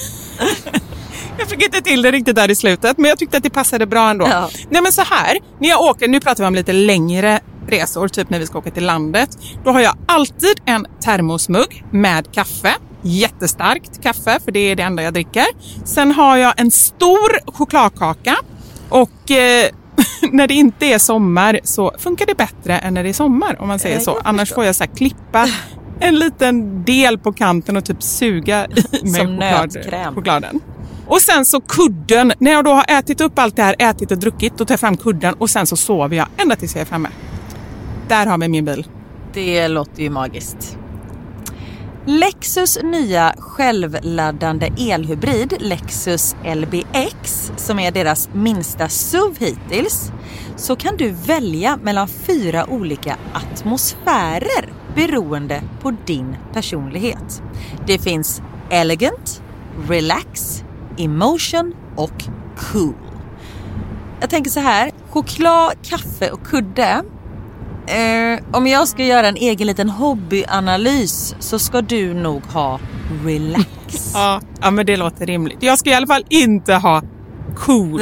Jag fick inte till det riktigt där i slutet, men jag tyckte att det passade bra ändå. Ja. Nej, men så här, när jag åker, nu pratar vi om lite längre resor, typ när vi ska åka till landet. Då har jag alltid en termosmugg med kaffe. Jättestarkt kaffe, för det är det enda jag dricker. Sen har jag en stor chokladkaka. Och när det inte är sommar så funkar det bättre än när det är sommar, om man säger så. Annars får jag så här klippa en liten del på kanten och typ suga i med chokladen. Och sen så kudden. När jag då har ätit upp allt det här, ätit och druckit, då tar jag fram kudden och sen så sover jag ända tills jag är framme. Där har vi min bil. Det låter ju magiskt. Lexus nya självladdande elhybrid Lexus LBX, som är deras minsta SUV hittills, så kan du välja mellan 4 olika atmosfärer beroende på din personlighet. Det finns elegant, relax, emotion och cool. Jag tänker så här, choklad, kaffe och kudde. Om jag ska göra en egen liten hobbyanalys så ska du nog ha relax. Ja, men det låter rimligt. Jag ska i alla fall inte ha cool.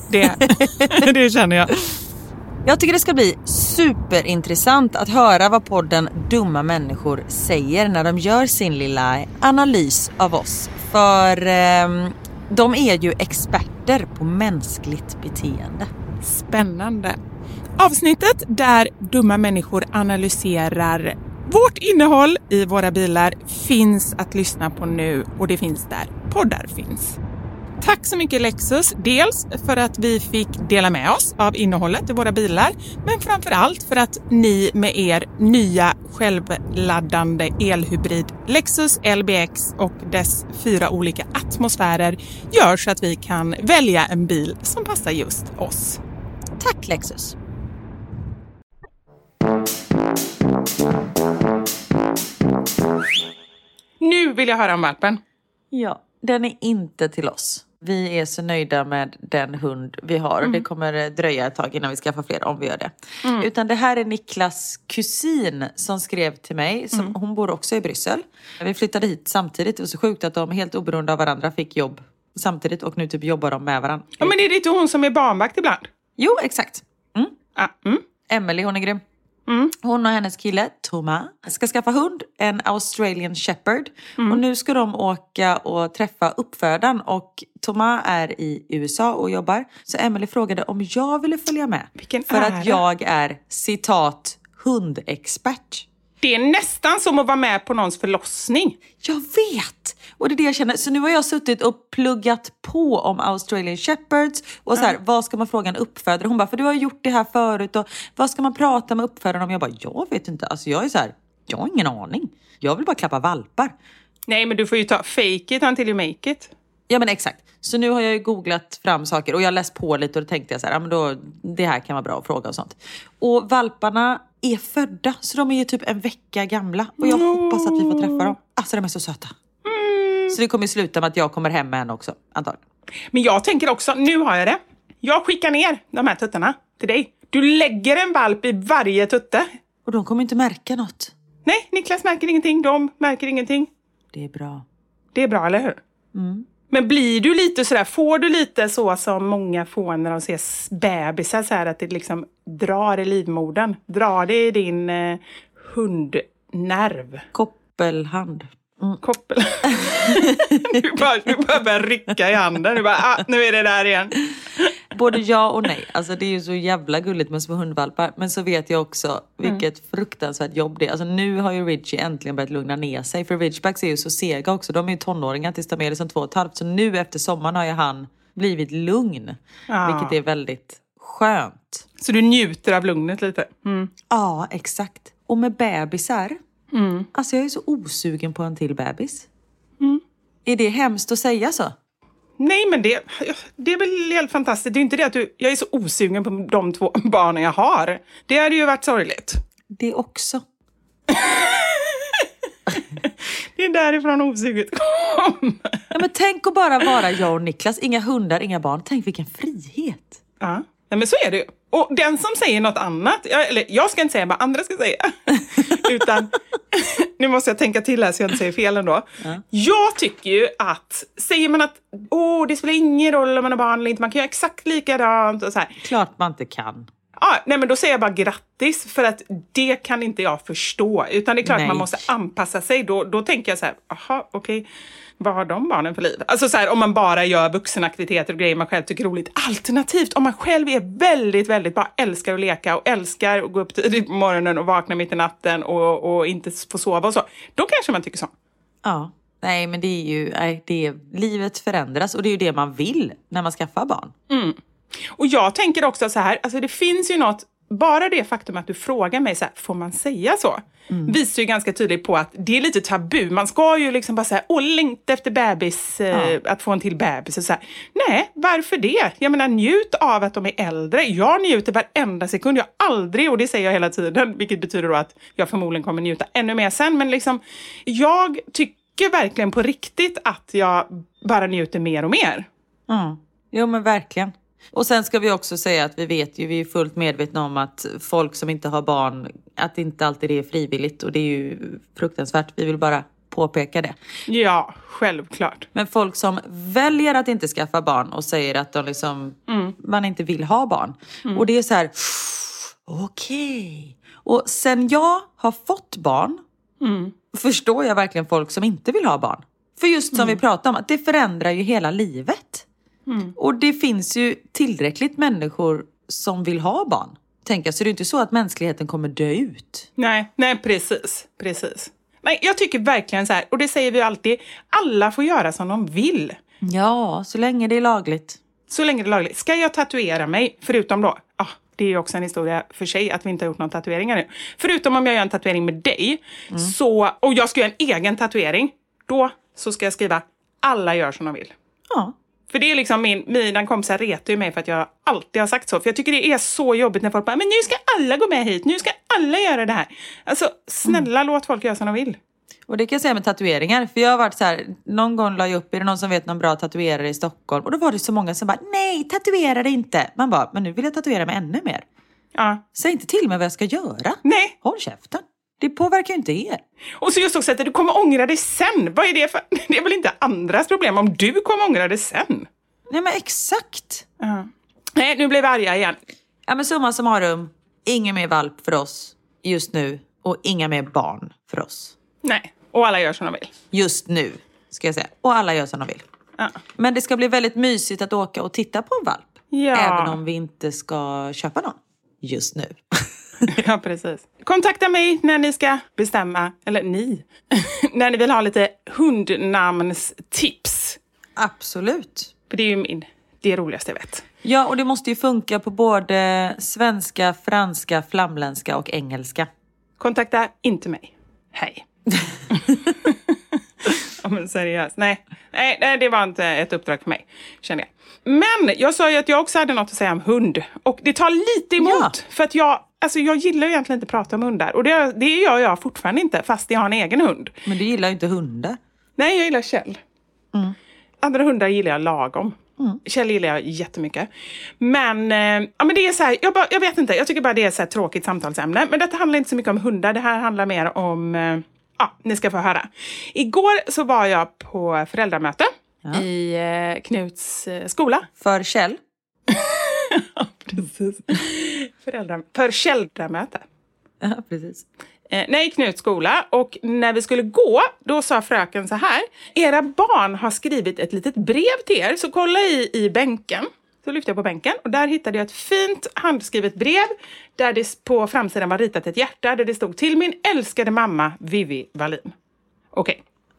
Det känner jag. Jag tycker det ska bli superintressant att höra vad podden Dumma människor säger när de gör sin lilla analys av oss. För de är ju experter på mänskligt beteende. Spännande. Avsnittet där dumma människor analyserar vårt innehåll i våra bilar finns att lyssna på nu, och det finns där poddar finns. Tack så mycket Lexus, dels för att vi fick dela med oss av innehållet i våra bilar, men framförallt för att ni med er nya självladdande elhybrid Lexus LBX och dess 4 olika atmosfärer gör så att vi kan välja en bil som passar just oss. Tack Lexus! Nu vill jag höra om valpen. Ja, den är inte till oss. Vi är så nöjda med den hund vi har. Det kommer dröja ett tag innan vi skaffar fler om vi gör det. Utan det här är Niklas kusin som skrev till mig. Hon bor också i Bryssel. Vi flyttade hit samtidigt. Det var så sjukt att de helt oberoende av varandra fick jobb samtidigt. Och nu typ jobbar de med varandra. Ja, men är det inte hon som är barnvakt ibland? Jo, exakt. Emily, hon är grym. Hon och hennes kille, Thomas, ska skaffa hund, en Australian Shepherd. Och nu ska de åka och träffa uppfödaren. Och Thomas är i USA och jobbar. Så Emily frågade om jag ville följa med. Vilken för ära. att jag är, citat, hundexpert. Det är nästan som att vara med på någons förlossning. Jag vet! Och det är det jag känner. Så nu har jag suttit och pluggat på om Australian Shepherds. Och så här, vad ska man fråga en uppfödare? Hon bara, för du har gjort det här förut. Och vad ska man prata med uppfödaren om? Jag bara, jag vet inte. Alltså jag är så här, jag har ingen aning. Jag vill bara klappa valpar. Nej, men du får ju ta fake it until you make it. Ja men exakt. Så nu har jag ju googlat fram saker och jag har läst på lite och då tänkte jag så här, ja, men då, det här kan vara bra att fråga och sånt. Och valparna är födda så de är ju typ en vecka gamla och jag hoppas att vi får träffa dem. Alltså de är så söta. Så det kommer ju sluta med att jag kommer hem med henne också, antagligen. Men jag tänker också, nu har jag det. Jag skickar ner de här tuttarna till dig. Du lägger en valp i varje tutte. Och de kommer inte märka något. Nej, Niklas märker ingenting, de märker ingenting. Det är bra. Det är bra, eller hur? Mm. Men blir du lite sådär, får du lite så som många får när de ser bebisar så här att det liksom drar i livmodern? Drar det i din hundnerv? Koppelhand. Koppel. du bara börjar rycka i handen. Du bara, nu är det där igen. Både ja och nej. Alltså det är ju så jävla gulligt med små hundvalpar. Men så vet jag också vilket fruktansvärt jobb det är. Alltså nu har ju Ridgie äntligen börjat lugna ner sig. För Ridgebacks är ju så sega också. De är ju tonåringar tills de är liksom 2,5. Så nu efter sommaren har ju han blivit lugn. Vilket är väldigt skönt. Så du njuter av lugnet lite? Mm. Ja, exakt. Och med bebisar. Alltså jag är så osugen på en till bebis. Är det hemskt att säga så? Nej, men det är väl helt fantastiskt. Det är inte det att jag är så osugen på de 2 barnen jag har. Det hade ju varit sorgligt. Det också. Det är därifrån osuget kom. Ja, men tänk att bara vara jag och Niklas. Inga hundar, inga barn. Tänk vilken frihet. Ja, men så är det ju. Och den som säger något annat, eller jag ska inte säga vad andra ska säga. Utan, nu måste jag tänka till här så jag inte säger fel ändå. Jag tycker ju att, säger man att det spelar ingen roll om man har barn eller inte, man kan göra exakt likadant och så här. Klart man inte kan. Ja, nej men då säger jag bara grattis, för att det kan inte jag förstå. Utan det är klart att man måste anpassa sig. Då tänker jag så här, aha, okej. Vad har de barnen för liv? Alltså så här, om man bara gör vuxenaktiviteter och grejer man själv tycker är roligt. Alternativt, om man själv är väldigt, väldigt bara älskar att leka och älskar att gå upp tidigt på morgonen och vakna mitt i natten och inte få sova och så. Då kanske man tycker så. Ja, nej men det är ju, livet förändras och det är ju det man vill när man skaffar barn. Och jag tänker också så här, alltså det finns ju något, bara det faktum att du frågar mig så här, får man säga så? Visar ju ganska tydligt på att det är lite tabu. Man ska ju liksom bara säga, längta efter bebis, att få en till bebis och så här. Nej, varför det? Jag menar, njut av att de är äldre. Jag njuter varenda sekund, jag aldrig, och det säger jag hela tiden, vilket betyder då att jag förmodligen kommer njuta ännu mer sen. Men liksom, jag tycker verkligen på riktigt att jag bara njuter mer och mer. Jo men verkligen. Och sen ska vi också säga att vi är fullt medvetna om att folk som inte har barn, att inte alltid det är frivilligt. Och det är ju fruktansvärt. Vi vill bara påpeka det. Ja, självklart. Men folk som väljer att inte skaffa barn och säger att de liksom, man inte vill ha barn. Och det är så här, okej. Och sen jag har fått barn, förstår jag verkligen folk som inte vill ha barn. För just som vi pratade om, att det förändrar ju hela livet. Och det finns ju tillräckligt människor som vill ha barn. Tänk, så det är inte så att mänskligheten kommer dö ut. Nej, precis. Nej, jag tycker verkligen så här, och det säger vi alltid, alla får göra som de vill. Ja, så länge det är lagligt. Så länge det är lagligt. Ska jag tatuera mig, förutom då, det är ju också en historia för sig att vi inte har gjort någon tatueringar nu. Förutom om jag gör en tatuering med dig, och jag ska göra en egen tatuering, då så ska jag skriva, alla gör som de vill. Ja. För det är liksom mina kompisar retar ju mig för att jag alltid har sagt så. För jag tycker det är så jobbigt när folk bara, men nu ska alla gå med hit, nu ska alla göra det här. Alltså snälla, låt folk göra som de vill. Och det kan jag säga med tatueringar. För jag har varit så här, någon gång la jag upp, är det någon som vet någon bra tatuerare i Stockholm? Och då var det så många som bara, nej, tatuera det inte. Man bara, men nu vill jag tatuera mig ännu mer. Ja. Säg inte till mig vad jag ska göra. Nej. Håll käften. Det påverkar ju inte er. Och så just också att du kommer ångra dig sen. Vad är det för? Det är väl inte andras problem om du kommer ångra dig sen. Nej men exakt. Nej, nu blev vi arga igen. Ja men summa summarum, ingen mer valp för oss just nu. Och inga mer barn för oss. Nej, och alla gör som de vill. Just nu, ska jag säga. Och alla gör som de vill. Ja. Men det ska bli väldigt mysigt att åka och titta på en valp. Ja. Även om vi inte ska köpa någon just nu. Ja, precis. Kontakta mig när ni ska bestämma, eller när ni vill ha lite hundnamnstips. Absolut. För det är ju det roligaste jag vet. Ja, och det måste ju funka på både svenska, franska, flamländska och engelska. Kontakta inte mig. Hej. Ja, men seriöst. Nej, det var inte ett uppdrag för mig, kände jag. Men jag sa ju att jag också hade något att säga om hund. Och det tar lite emot. Ja. För att jag gillar ju egentligen inte att prata om hundar. Och det gör jag fortfarande inte, fast jag har en egen hund. Men du gillar ju inte hundar. Nej, jag gillar Kjell. Andra hundar gillar jag lagom. Kjell gillar jag jättemycket. Men det är så här, jag vet inte. Jag tycker bara det är så här tråkigt samtalsämne. Men detta handlar inte så mycket om hundar. Det här handlar mer om... ni ska få höra. Igår så var jag på föräldramöte i Knuts skola. För Kjell? Ja, precis. För föräldramöte. Ja, precis. Nej, Knuts skola. Och när vi skulle gå, då sa fröken så här: era barn har skrivit ett litet brev till er, så kolla i bänken. Så lyfte jag på bänken och där hittade jag ett fint handskrivet brev där det på framsidan var ritat ett hjärta där det stod: till min älskade mamma Vivi Wallin. Okej.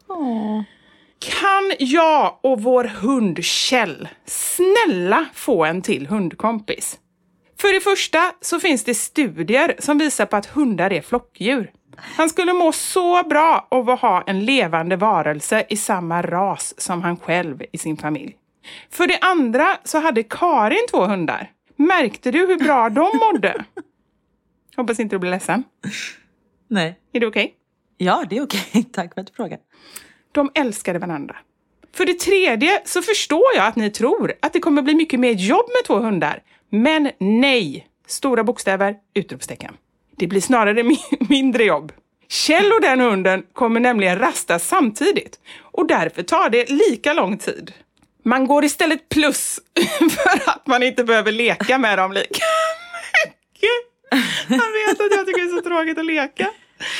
Kan jag och vår hund Kjell snälla få en till hundkompis? För det första så finns det studier som visar på att hundar är flockdjur. Han skulle må så bra av att ha en levande varelse i samma ras som han själv i sin familj. För det andra så hade Karin 2 hundar. Märkte du hur bra de mådde? Hoppas inte du blir ledsen. Nej. Är det okej? Ja, det är okej. Tack för att du frågar. De älskade varandra. För det tredje så förstår jag att ni tror att det kommer bli mycket mer jobb med 2 hundar. Men nej. Stora bokstäver, utropstecken. Det blir snarare mindre jobb. Kjell och den hunden kommer nämligen rasta samtidigt. Och därför tar det lika lång tid. Man går istället plus för att man inte behöver leka med dem lika mycket. Han vet att jag tycker det är så tråkigt att leka.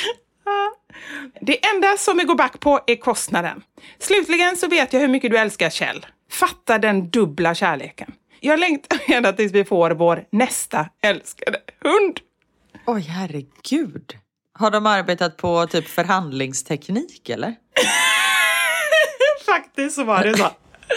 Det enda som vi går back på är kostnaden. Slutligen så vet jag hur mycket du älskar Kjell. Fatta den dubbla kärleken. Jag längtar ända tills vi får vår nästa älskade hund. Oj, herregud. Har de arbetat på typ förhandlingsteknik eller? Faktiskt så var det så.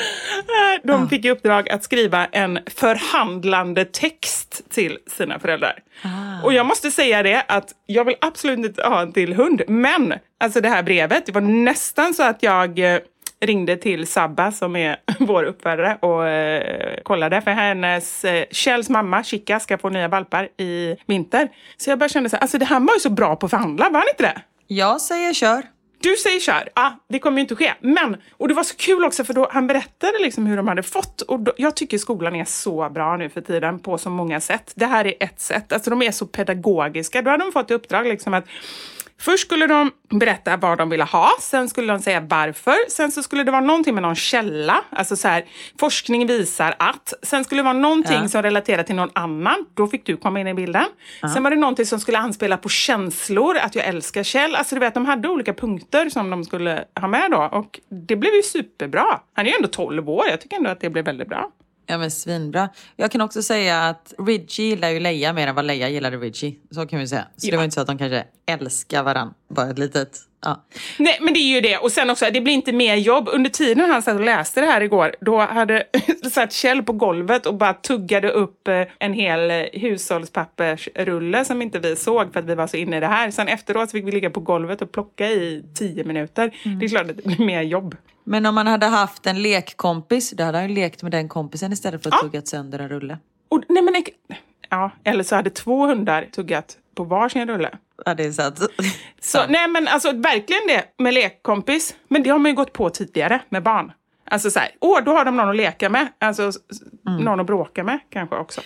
De fick i uppdrag att skriva en förhandlande text till sina föräldrar. Och jag måste säga det att jag vill absolut inte ha en till hund. Men alltså det här brevet, det var nästan så att jag ringde till Sabba som är vår uppfödare och kollade. För hennes Kjells mamma, Chica, ska få nya valpar i vinter. Så jag bara kände så här, alltså det här var ju så bra på att förhandla, var han inte det? Jag säger kör. Du säger kör. Det kommer ju inte ske. Men, och det var så kul också för då han berättade liksom hur de hade fått. Och jag tycker skolan är så bra nu för tiden på så många sätt. Det här är ett sätt. Alltså de är så pedagogiska. Då hade de fått i uppdrag liksom att först skulle de berätta vad de ville ha. Sen skulle de säga varför. Sen så skulle det vara någonting med någon källa. Alltså så här, forskning visar att. Sen skulle det vara någonting som relaterar till någon annan. Då fick du komma in i bilden. Sen var det någonting som skulle anspela på känslor. Att jag älskar Kjell. Alltså du vet, de hade olika punkter som de skulle ha med då. Och det blev ju superbra. Han är ju ändå 12 år. Jag tycker ändå att det blev väldigt bra. Ja, men svinbra. Jag kan också säga att Ridgie gillar ju Leia mer än vad Leia gillade Ridgie. Så kan vi säga. Så det var inte så att de kanske älskar varann. Bara ett litet... Ja. Nej, men det är ju det. Och sen också, det blir inte mer jobb. Under tiden han satt och läste det här igår, då hade satt Kjell på golvet och bara tuggade upp en hel hushållspappersrulle som inte vi såg för att vi var så inne i det här. Sen efteråt fick vi ligga på golvet och plocka i 10 minuter. Det är klart att det blir mer jobb. Men om man hade haft en lekkompis, då hade han ju lekt med den kompisen istället för att tuggat sönder en rulle. Och, nej, men, eller så hade 2 hundar tuggat på varsin rulle. Ja, det är sant. Så, nej, men alltså verkligen det med lekkompis. Men det har man ju gått på tidigare med barn. Alltså så här, då har de någon att leka med. Alltså någon att bråka med kanske också.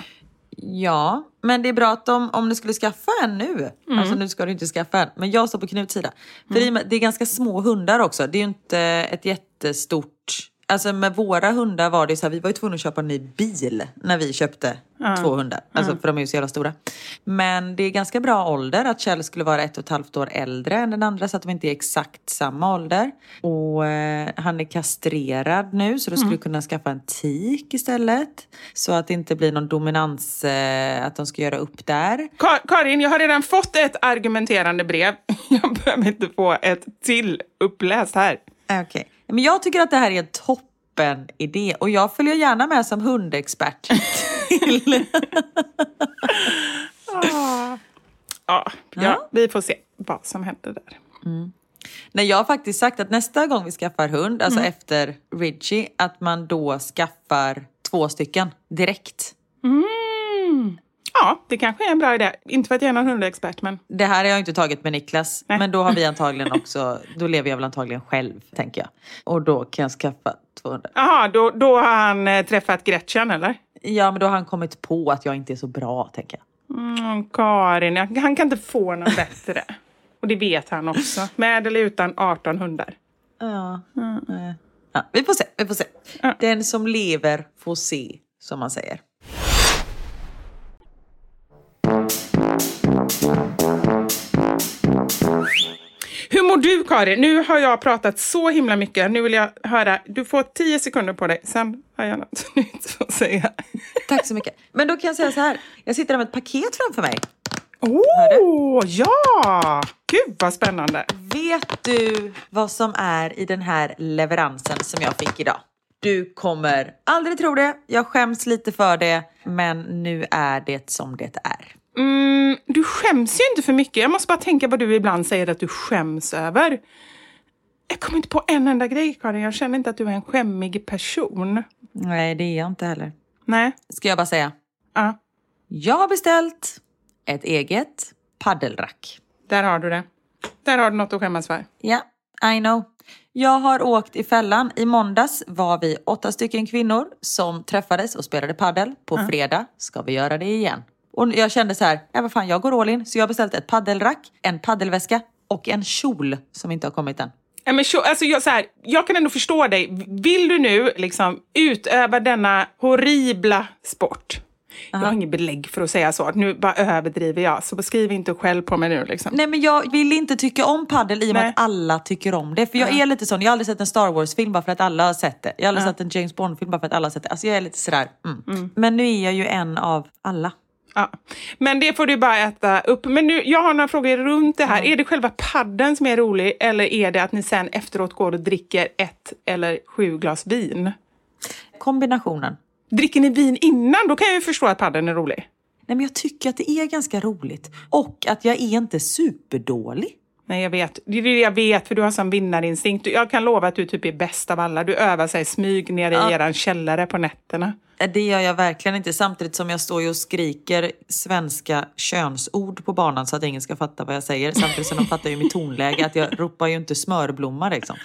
Ja, men det är bra att om du skulle skaffa en nu. Alltså nu ska du inte skaffa en. Men jag står på Knuts sida. För det är ganska små hundar också. Det är ju inte ett jättestort... Alltså med våra hundar var det så här, vi var ju tvungna att köpa en ny bil när vi köpte 2 hundar. Alltså för de är ju så jävla stora. Men det är ganska bra ålder att Kjell skulle vara 1,5 år äldre än den andra. Så att de inte är exakt samma ålder. Och han är kastrerad nu så då skulle kunna skaffa en tik istället. Så att det inte blir någon dominans att de ska göra upp där. Karin, jag har redan fått ett argumenterande brev. Jag behöver inte få ett till uppläst här. Okej. Men jag tycker att det här är en toppen idé. Och jag följer gärna med som hundexpert. Ja, vi får se vad som händer där. Nej, jag har faktiskt sagt att nästa gång vi skaffar hund, alltså efter Ritchie, att man då skaffar 2 stycken direkt. Ja, det kanske är en bra idé. Inte för att jag är någon hundexpert, men... Det här har jag inte tagit med Niklas. Nej. Men då har vi antagligen också... Då lever jag väl antagligen själv, tänker jag. Och då kan jag skaffa 200. Jaha, då har han träffat Gretchen, eller? Ja, men då har han kommit på att jag inte är så bra, tänker jag. Karin, han kan inte få någon bättre. Och det vet han också. Med eller utan 18 hundar. Ja, vi får se. Ja. Den som lever får se, som man säger. Hur mår du, Karin? Nu har jag pratat så himla mycket. Nu vill jag höra. Du får 10 sekunder på dig. Sen har jag något nytt att säga. Tack så mycket. Men då kan jag säga så här. Jag sitter här med ett paket framför mig. Ja! Gud vad spännande. Vet du vad som är i den här leveransen som jag fick idag? Du kommer aldrig tro det. Jag skäms lite för det. Men nu är det som det är. Du skäms ju inte för mycket. Jag måste bara tänka vad du ibland säger att du skäms över. Jag kommer inte på en enda grej, Karin. Jag känner inte att du är en skämmig person. Nej, det är jag inte heller. Nej. Ska jag bara säga? Ja. Jag har beställt ett eget paddelrack. Där har du det. Där har du något att skämmas för. Ja, I know. Jag har åkt i fällan. I måndags var vi 8 stycken kvinnor som träffades och spelade paddel. På fredag ska vi göra det igen. Och jag kände så här, vad fan, jag går all in. Så jag har beställt ett paddelrack, en paddelväska och en kjol som inte har kommit än. Ja, men alltså jag kan ändå förstå dig. Vill du nu liksom utöva denna horribla sport? Jag har ingen belägg för att säga så. Nu bara överdriver jag. Så skriv inte själv på mig nu. Liksom. Nej, men jag vill inte tycka om paddel i och med att alla tycker om det. För jag är lite sån. Jag har aldrig sett en Star Wars-film bara för att alla har sett det. Jag har aldrig sett en James Bond-film bara för att alla har sett det. Alltså jag är lite sådär. Men nu är jag ju en av alla. Ja, men det får du bara äta upp. Men nu, jag har några frågor runt det här. Är det själva padden som är rolig? Eller är det att ni sen efteråt går och dricker 1 eller 7 glas vin? Kombinationen. Dricker ni vin innan? Då kan jag ju förstå att padden är rolig. Nej, men jag tycker att det är ganska roligt. Och att jag är inte superdålig. Nej, jag vet. Det är det jag vet, för du har sån vinnarinstinkt. Jag kan lova att du typ är bäst av alla. Du övar sig smyg ner i eran källare på nätterna. Det gör jag verkligen inte. Samtidigt som jag står och skriker svenska könsord på banan så att ingen ska fatta vad jag säger. Samtidigt som de fattar ju mitt tonläge att jag ropar ju inte smörblomma liksom.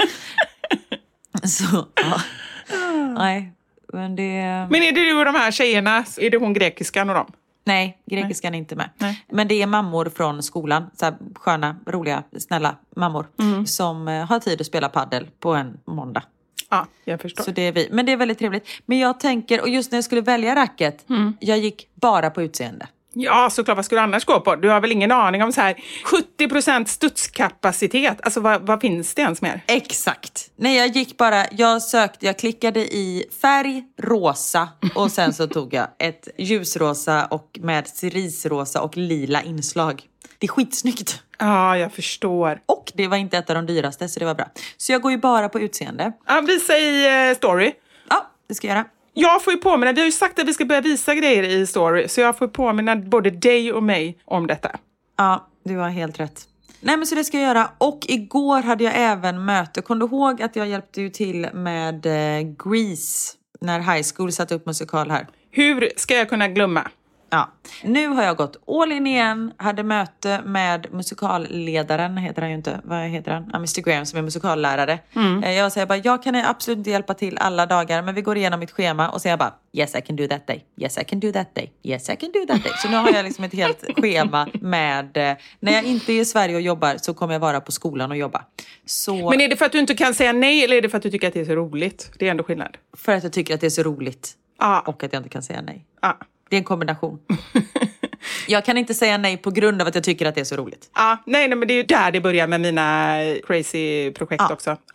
Så, ja. Nej, men det... Men är det du och de här tjejerna? Är det hon grekiskan och dem? Nej, grekiskan är inte med. Nej. Men det är mammor från skolan. Så här sköna, roliga, snälla mammor. Som har tid att spela paddel på en måndag. Ja, jag förstår. Så det är vi. Men det är väldigt trevligt. Men jag tänker, och just när jag skulle välja racket. Jag gick bara på utseende. Ja, såklart. Vad skulle du annars gå på? Du har väl ingen aning om så här 70% studskapacitet. Alltså vad finns det ens mer? Exakt. Nej, jag gick bara, jag klickade i färg, rosa. Och sen så tog jag ett ljusrosa och med cerisrosa och lila inslag. Det är skitsnyggt. Ja, jag förstår. Och det var inte ett av de dyraste, så det var bra. Så jag går ju bara på utseende. Ja, visa i story. Ja, det ska jag göra. Jag får ju påminna, vi har ju sagt att vi ska börja visa grejer i story. Så jag får påminna både dig och mig om detta. Ja, du har helt rätt. Nej, men så det ska jag göra. Och igår hade jag även möte. Kom du ihåg att jag hjälpte ju till med Grease när High School satte upp musikal här? Hur ska jag kunna glömma? Ja, nu har jag gått all in igen. Hade möte med musikalledaren, heter han ju inte. Vad heter han? Mr. Graham som är musikallärare. Jag säger jag kan absolut inte hjälpa till alla dagar. Men vi går igenom mitt schema och säger bara, yes I can do that day. Yes I can do that day. Yes I can do that day. Så nu har jag liksom ett helt schema med, när jag inte är i Sverige och jobbar så kommer jag vara på skolan och jobba. Så... Men är det för att du inte kan säga nej eller är det för att du tycker att det är så roligt? Det är ändå skillnad. För att jag tycker att det är så roligt. Och att jag inte kan säga nej. Det är en kombination. Jag kan inte säga nej på grund av att jag tycker att det är så roligt. Nej, men det är ju där det börjar med mina crazy projekt också.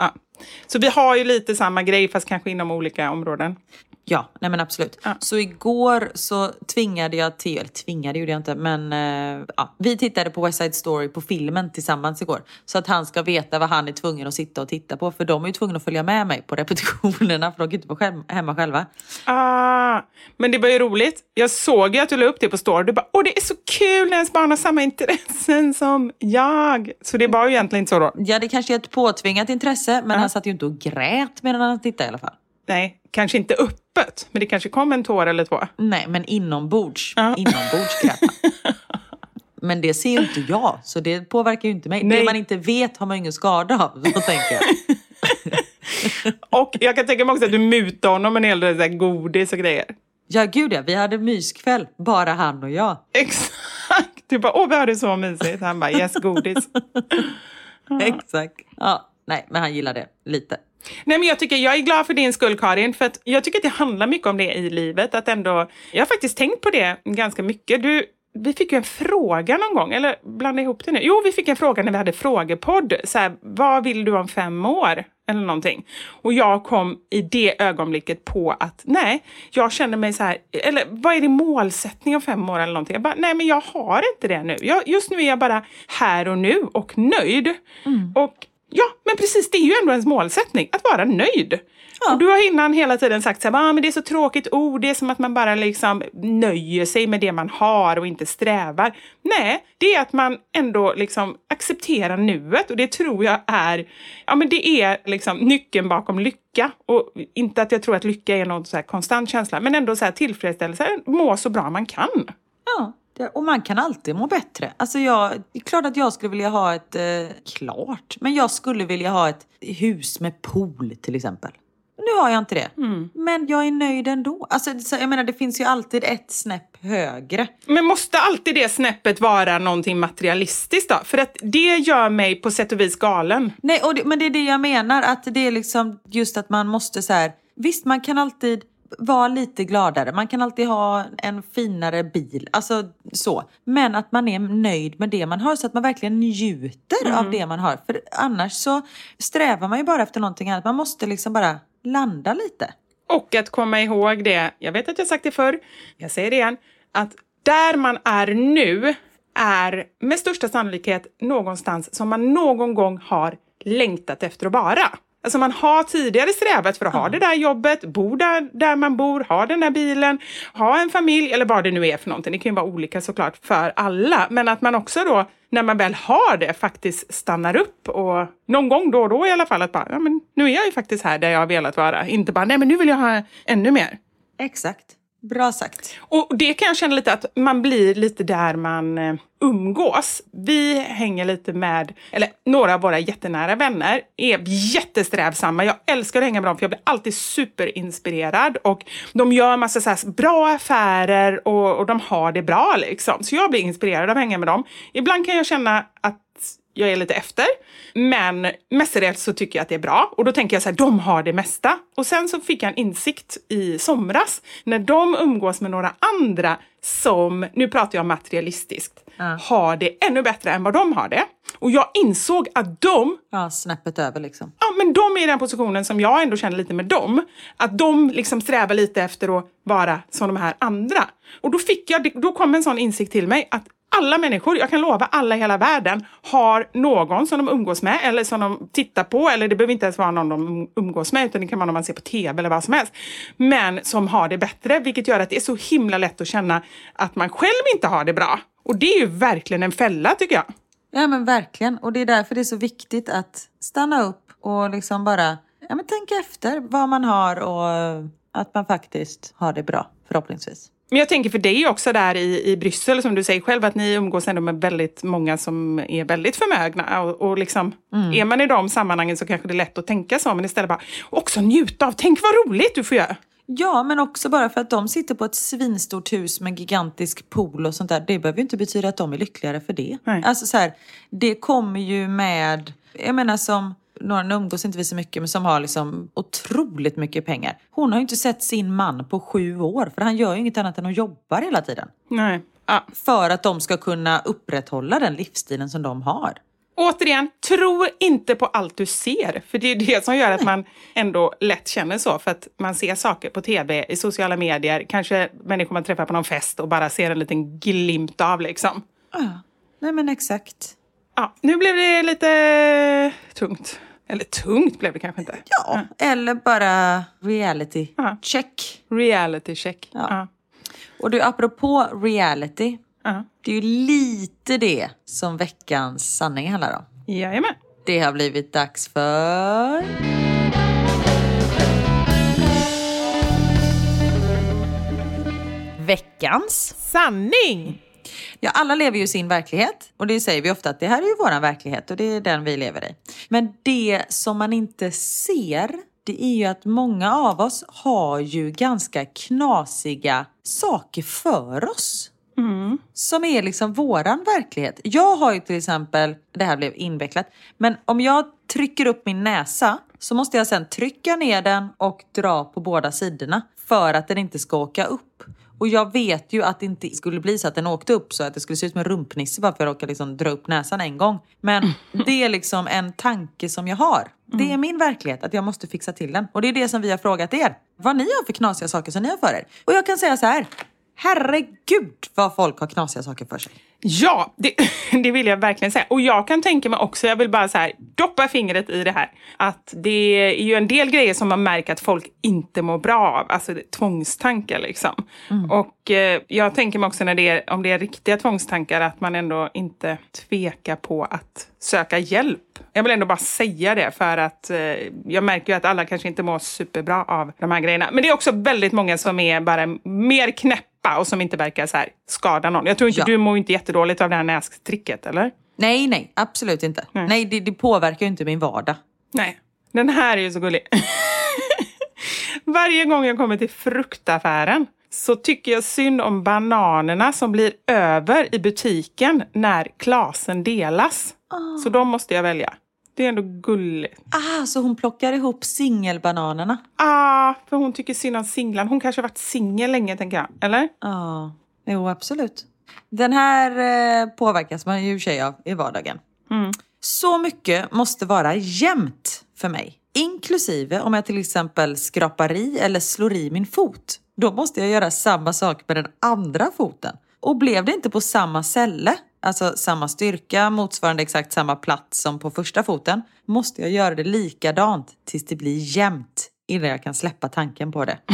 Så vi har ju lite samma grej fast kanske inom olika områden. Ja, nej men absolut. Ja. Så igår så tvingade jag till, eller tvingade gjorde jag inte, men vi tittade på West Side Story på filmen tillsammans igår. Så att han ska veta vad han är tvungen att sitta och titta på. För de är ju tvungna att följa med mig på repetitionerna, för de kan inte vara hemma själva. Men det var ju roligt. Jag såg ju att du la upp det på Story. Du bara, det är så kul när ens barn har samma intressen som jag. Så det var ju egentligen inte så då. Ja, det kanske är ett påtvingat intresse, men han satt ju inte och grät medan han tittade i alla fall. Nej, kanske inte öppet, men det kanske kom en tår eller två. Nej, men inombords. Inombords grät han. Men det ser ju inte jag, så det påverkar ju inte mig. Nej. Det man inte vet har man ingen skada av, så tänker jag. Och jag kan tänka mig också att du mutade honom en hel del så här godis och grejer. Ja, gud ja. Vi hade myskväll, bara han och jag. Exakt. Du bara, vi hade så mysigt. Han bara, yes, godis. Exakt. Ja, nej, men han gillar det lite. Nej, men jag är glad för din skull, Karin, för att jag tycker att det handlar mycket om det i livet, att ändå, jag har faktiskt tänkt på det ganska mycket. Vi fick ju en fråga någon gång, eller blanda ihop det nu. Jo, vi fick en fråga när vi hade frågepodd, så här, vad vill du om 5 år? Eller någonting. Och jag kom i det ögonblicket på att, nej, jag känner mig så här, eller vad är det målsättning om 5 år eller någonting? Jag bara, nej men jag har inte det nu. Just nu är jag bara här och nu och nöjd. Och ja, men precis, det är ju ändå ens målsättning, att vara nöjd. Ja. Och du har innan hela tiden sagt så här, men det är så tråkigt ord, det är som att man bara liksom nöjer sig med det man har och inte strävar. Nej, det är att man ändå liksom accepterar nuet, och det tror jag är, men det är liksom nyckeln bakom lycka. Och inte att jag tror att lycka är någon så här konstant känsla, men ändå så här tillfredsställelse, må så bra man kan. Ja. Och man kan alltid må bättre. Alltså det är klart att jag skulle vilja ha men jag skulle vilja ha ett hus med pool till exempel. Nu har jag inte det. Men jag är nöjd ändå. Alltså jag menar, det finns ju alltid ett snäpp högre. Men måste alltid det snäppet vara någonting materialistiskt då? För att det gör mig på sätt och vis galen. Nej, men det är det jag menar. Att det är liksom just att man måste så här. Visst, man kan alltid vara lite gladare. Man kan alltid ha en finare bil. Alltså så. Men att man är nöjd med det man har, så att man verkligen njuter av det man har. För annars så strävar man ju bara efter någonting annat. Man måste liksom bara landa lite. Och att komma ihåg det, jag vet att jag sagt det förr, jag säger det igen, att där man är nu är med största sannolikhet någonstans som man någon gång har längtat efter att vara. Alltså man har tidigare strävat för att ha det där jobbet, bo där man bor, ha den där bilen, ha en familj eller vad det nu är för någonting. Det kan ju vara olika såklart för alla. Men att man också då, när man väl har det, faktiskt stannar upp och någon gång då och då i alla fall att bara, men nu är jag ju faktiskt här där jag har velat vara. Inte bara, nej men nu vill jag ha ännu mer. Exakt. Bra sagt. Och det kan jag känna lite att man blir lite där man umgås. Vi hänger lite med, eller några av våra jättenära vänner är jättesträvsamma. Jag älskar att hänga med dem för jag blir alltid superinspirerad. Och de gör massa så här bra affärer och de har det bra liksom. Så jag blir inspirerad av att hänga med dem. Ibland kan jag känna att jag är lite efter. Men mestadels så tycker jag att det är bra. Och då tänker jag så här, de har det mesta. Och sen så fick jag en insikt i somras. När de umgås med några andra som, nu pratar jag materialistiskt, har det ännu bättre än vad de har det. Och jag insåg att de... Ja, snäppet över liksom. Ja, men de är i den positionen som jag ändå känner lite med dem. Att de liksom strävar lite efter att vara som de här andra. Och då kom en sån insikt till mig att alla människor, jag kan lova alla i hela världen, har någon som de umgås med eller som de tittar på, eller det behöver inte ens vara någon de umgås med, utan det kan vara någon man ser på tv eller vad som helst, men som har det bättre, vilket gör att det är så himla lätt att känna att man själv inte har det bra. Och det är ju verkligen en fälla, tycker jag. Ja, men verkligen. Och det är därför det är så viktigt att stanna upp och liksom bara tänka efter vad man har och att man faktiskt har det bra, förhoppningsvis. Men jag tänker för dig också där i Bryssel, som du säger själv, att ni umgås ändå med väldigt många som är väldigt förmögna. Och liksom, är man i de sammanhangen så kanske det är lätt att tänka så. Men istället bara, också njuta av, tänk vad roligt du får göra. Ja, men också bara för att de sitter på ett svinstort hus med gigantisk pool och sånt där. Det behöver ju inte betyda att de är lyckligare för det. Nej. Alltså så här, det kommer ju med, jag menar som... Några umgås inte vi så mycket, men som har liksom otroligt mycket pengar. Hon har ju inte sett sin man på 7 år. För han gör ju inget annat än att jobba hela tiden. Nej. Ja. För att de ska kunna upprätthålla den livsstilen som de har. Återigen, tro inte på allt du ser. För det är det som gör att man ändå lätt känner så. För att man ser saker på tv, i sociala medier. Kanske människor man träffar på någon fest och bara ser en liten glimt av liksom. Ja, nej men exakt. Ja, nu blev det lite tungt. Eller tungt blev det kanske inte. Ja, eller bara reality check. Reality check. Ja. Och du, apropå reality. Det är ju lite det som veckans sanning handlar om. Jajamän. Det har blivit dags för... veckans sanning! Ja, alla lever ju sin verklighet. Och det säger vi ofta att det här är ju våran verklighet. Och det är den vi lever i. Men det som man inte ser... det är ju att många av oss har ju ganska knasiga saker för oss. Som är liksom våran verklighet. Jag har ju till exempel, det här blev invecklat, men om jag trycker upp min näsa så måste jag sen trycka ner den och dra på båda sidorna för att den inte ska åka upp. Och jag vet ju att det inte skulle bli så att den åkte upp så att det skulle se ut som en rumpnisse bara för att råka liksom dra upp näsan en gång. Men det är liksom en tanke som jag har. Det är min verklighet att jag måste fixa till den. Och det är det som vi har frågat er. Vad ni har för knasiga saker som ni har för er. Och jag kan säga så här. Herregud vad folk har knasiga saker för sig. Ja, det vill jag verkligen säga. Och jag kan tänka mig också, jag vill bara så här doppa fingret i det här. Att det är ju en del grejer som man märker att folk inte mår bra av. Alltså tvångstankar liksom. Och jag tänker mig också om det är riktiga tvångstankar att man ändå inte tvekar på att söka hjälp. Jag vill ändå bara säga det för att jag märker ju att alla kanske inte mår superbra av de här grejerna. Men det är också väldigt många som är bara mer knäppa och som inte verkar så här skada någon. Jag tror inte du mår inte jättedåligt av det här nästricket, eller? Nej, absolut inte. Nej, det påverkar ju inte min vardag. Nej, den här är ju så gullig. Varje gång jag kommer till fruktaffären så tycker jag synd om bananerna som blir över i butiken när klasen delas. Så de måste jag välja. Det är ändå gulligt. Så hon plockar ihop singelbananerna. För hon tycker synd om singlan. Hon kanske har varit singel länge, tänker jag. Eller? Jo, absolut. Den här påverkas man ju tjej av i vardagen. Så mycket måste vara jämnt för mig. Inklusive om jag till exempel skrapar i eller slår i min fot. Då måste jag göra samma sak med den andra foten. Och blev det inte på samma ställe, alltså samma styrka, motsvarande exakt samma plats som på första foten, måste jag göra det likadant tills det blir jämnt innan jag kan släppa tanken på det.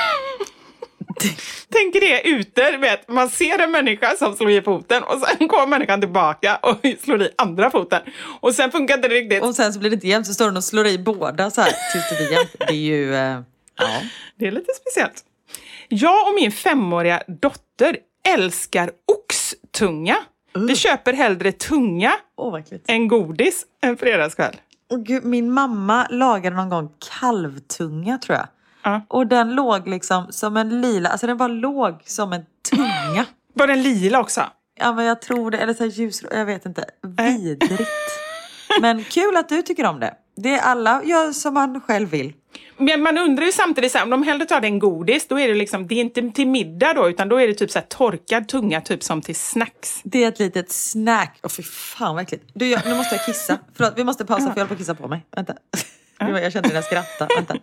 Tänker det ute, vet, man ser en människa som slår i foten och sen kommer människan tillbaka och slår i andra foten. Och sen funkar det riktigt. Och sen så blir det inte jämnt, så står den och slår i båda så här tills det blir jämnt. Det är ju, Det är lite speciellt. Jag och min 5-åriga dotter älskar oxtunga. Vi köper hellre tunga än godis en fredagskväll. Och gud, min mamma lagade någon gång kalvtunga, tror jag. Och den låg liksom som en lila, alltså den var låg som en tunga. Var den lila också? Ja, men jag tror det, eller så här ljus, jag vet inte. Vidrigt. Men kul att du tycker om det. Det är alla gör som man själv vill. Men man undrar ju samtidigt så här, om de hellre tar en godis, då är det liksom, det är inte till middag då, utan då är det typ så här torkad tunga, typ som till snacks. Det är ett litet snack. Fy fan, verkligen. Du, nu måste jag kissa. Förlåt, vi måste pausa för jag håller på att kissa på mig. Vänta. Jag kände när jag skrattade. Vänta.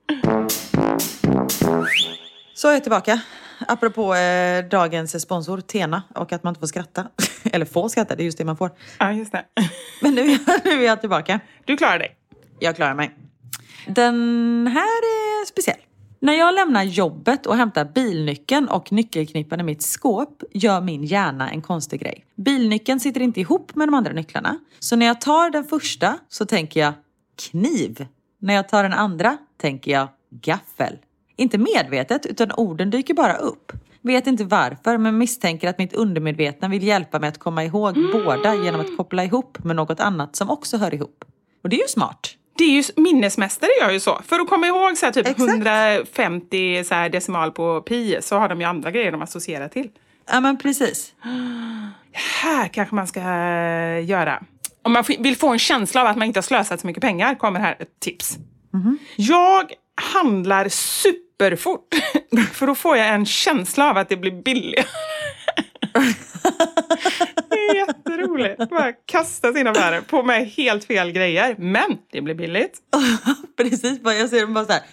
Så är jag tillbaka. Apropå dagens sponsor, Tena, och att man inte får skratta. Eller får skratta, det är just det man får. Ja, just det. Men nu är jag tillbaka. Du klarar dig. Jag klarar mig. Den här är speciell. När jag lämnar jobbet och hämtar bilnyckeln och nyckelknippan i mitt skåp gör min hjärna en konstig grej. Bilnyckeln sitter inte ihop med de andra nycklarna. Så när jag tar den första så tänker jag kniv. När jag tar den andra tänker jag gaffel. Inte medvetet, utan orden dyker bara upp. Vet inte varför, men misstänker att mitt undermedvetna vill hjälpa mig att komma ihåg båda genom att koppla ihop med något annat som också hör ihop. Och det är ju smart. Det är ju minnesmästare gör ju så. För att komma ihåg så här, typ 150 så här, decimal på pi, så har de ju andra grejer de associerar till. Ja, men precis. Här kanske man ska göra. Om man vill få en känsla av att man inte har slösat så mycket pengar, kommer här ett tips. Jag handlar superfort. För då får jag en känsla av att det blir billigare. Det är jätteroligt. roligt. Bara kasta sina affärer på med helt fel grejer. Men det blir billigt. Precis, jag ser dem bara så här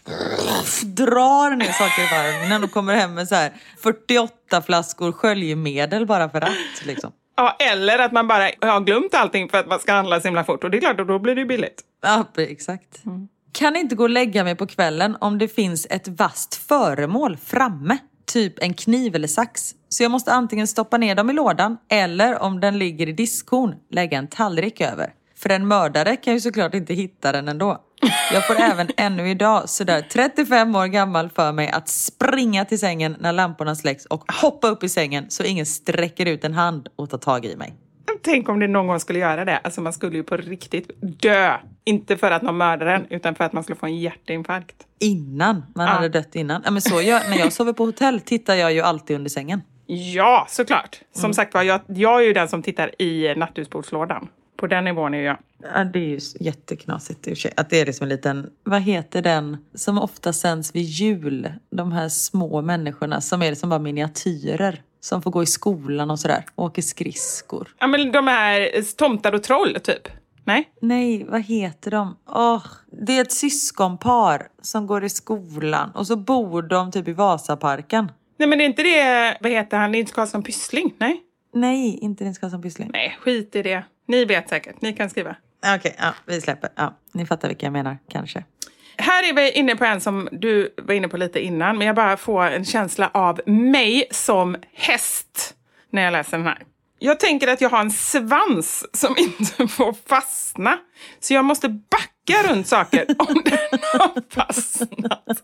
drar ner saker i vagnen när de kommer hem med så här 48 flaskor sköljmedel bara för att liksom. Ja, eller att man bara har glömt allting för att man ska handla så himla fort. Och det är klart, och då blir det billigt. Ja, exakt. Kan inte gå och lägga mig på kvällen om det finns ett vasst föremål framme. Typ en kniv eller sax. Så jag måste antingen stoppa ner dem i lådan eller om den ligger i diskhon lägga en tallrik över. För en mördare kan ju såklart inte hitta den ändå. Jag får även ännu idag sådär 35 år gammal för mig att springa till sängen när lamporna släcks och hoppa upp i sängen så ingen sträcker ut en hand och tar tag i mig. Tänk om det någon gång skulle göra det. Alltså man skulle ju på riktigt dö. Inte för att någon mördar den utan för att man skulle få en hjärtinfarkt. Innan man hade dött innan. Ja, men så när jag sover på hotell tittar jag ju alltid under sängen. Ja, såklart. Som sagt var, jag är ju den som tittar i nattduksbordslådan. På den nivån är jag. Ja, det är ju jätteknasigt i och för sig. Att det är liksom en liten, vad heter den som ofta sänds vid jul? De här små människorna som är som bara miniatyrer. Som får gå i skolan och sådär. Och åker skridskor. Ja, men de här tomtar och troll typ. Nej? Nej, vad heter de? Det är ett syskonpar som går i skolan. Och så bor de typ i Vasaparken. Nej, men det är inte det, vad heter han? Nils Karlsson Pyssling, nej? Nej, inte Nils Karlsson Pyssling. Nej, skit i det. Ni vet säkert, ni kan skriva. Okej, ja, vi släpper. Ja, ni fattar vilka jag menar, kanske. Här är vi inne på en som du var inne på lite innan. Men jag bara får en känsla av mig som häst när jag läser den här. Jag tänker att jag har en svans som inte får fastna. Så jag måste backa runt saker om den har fastnat.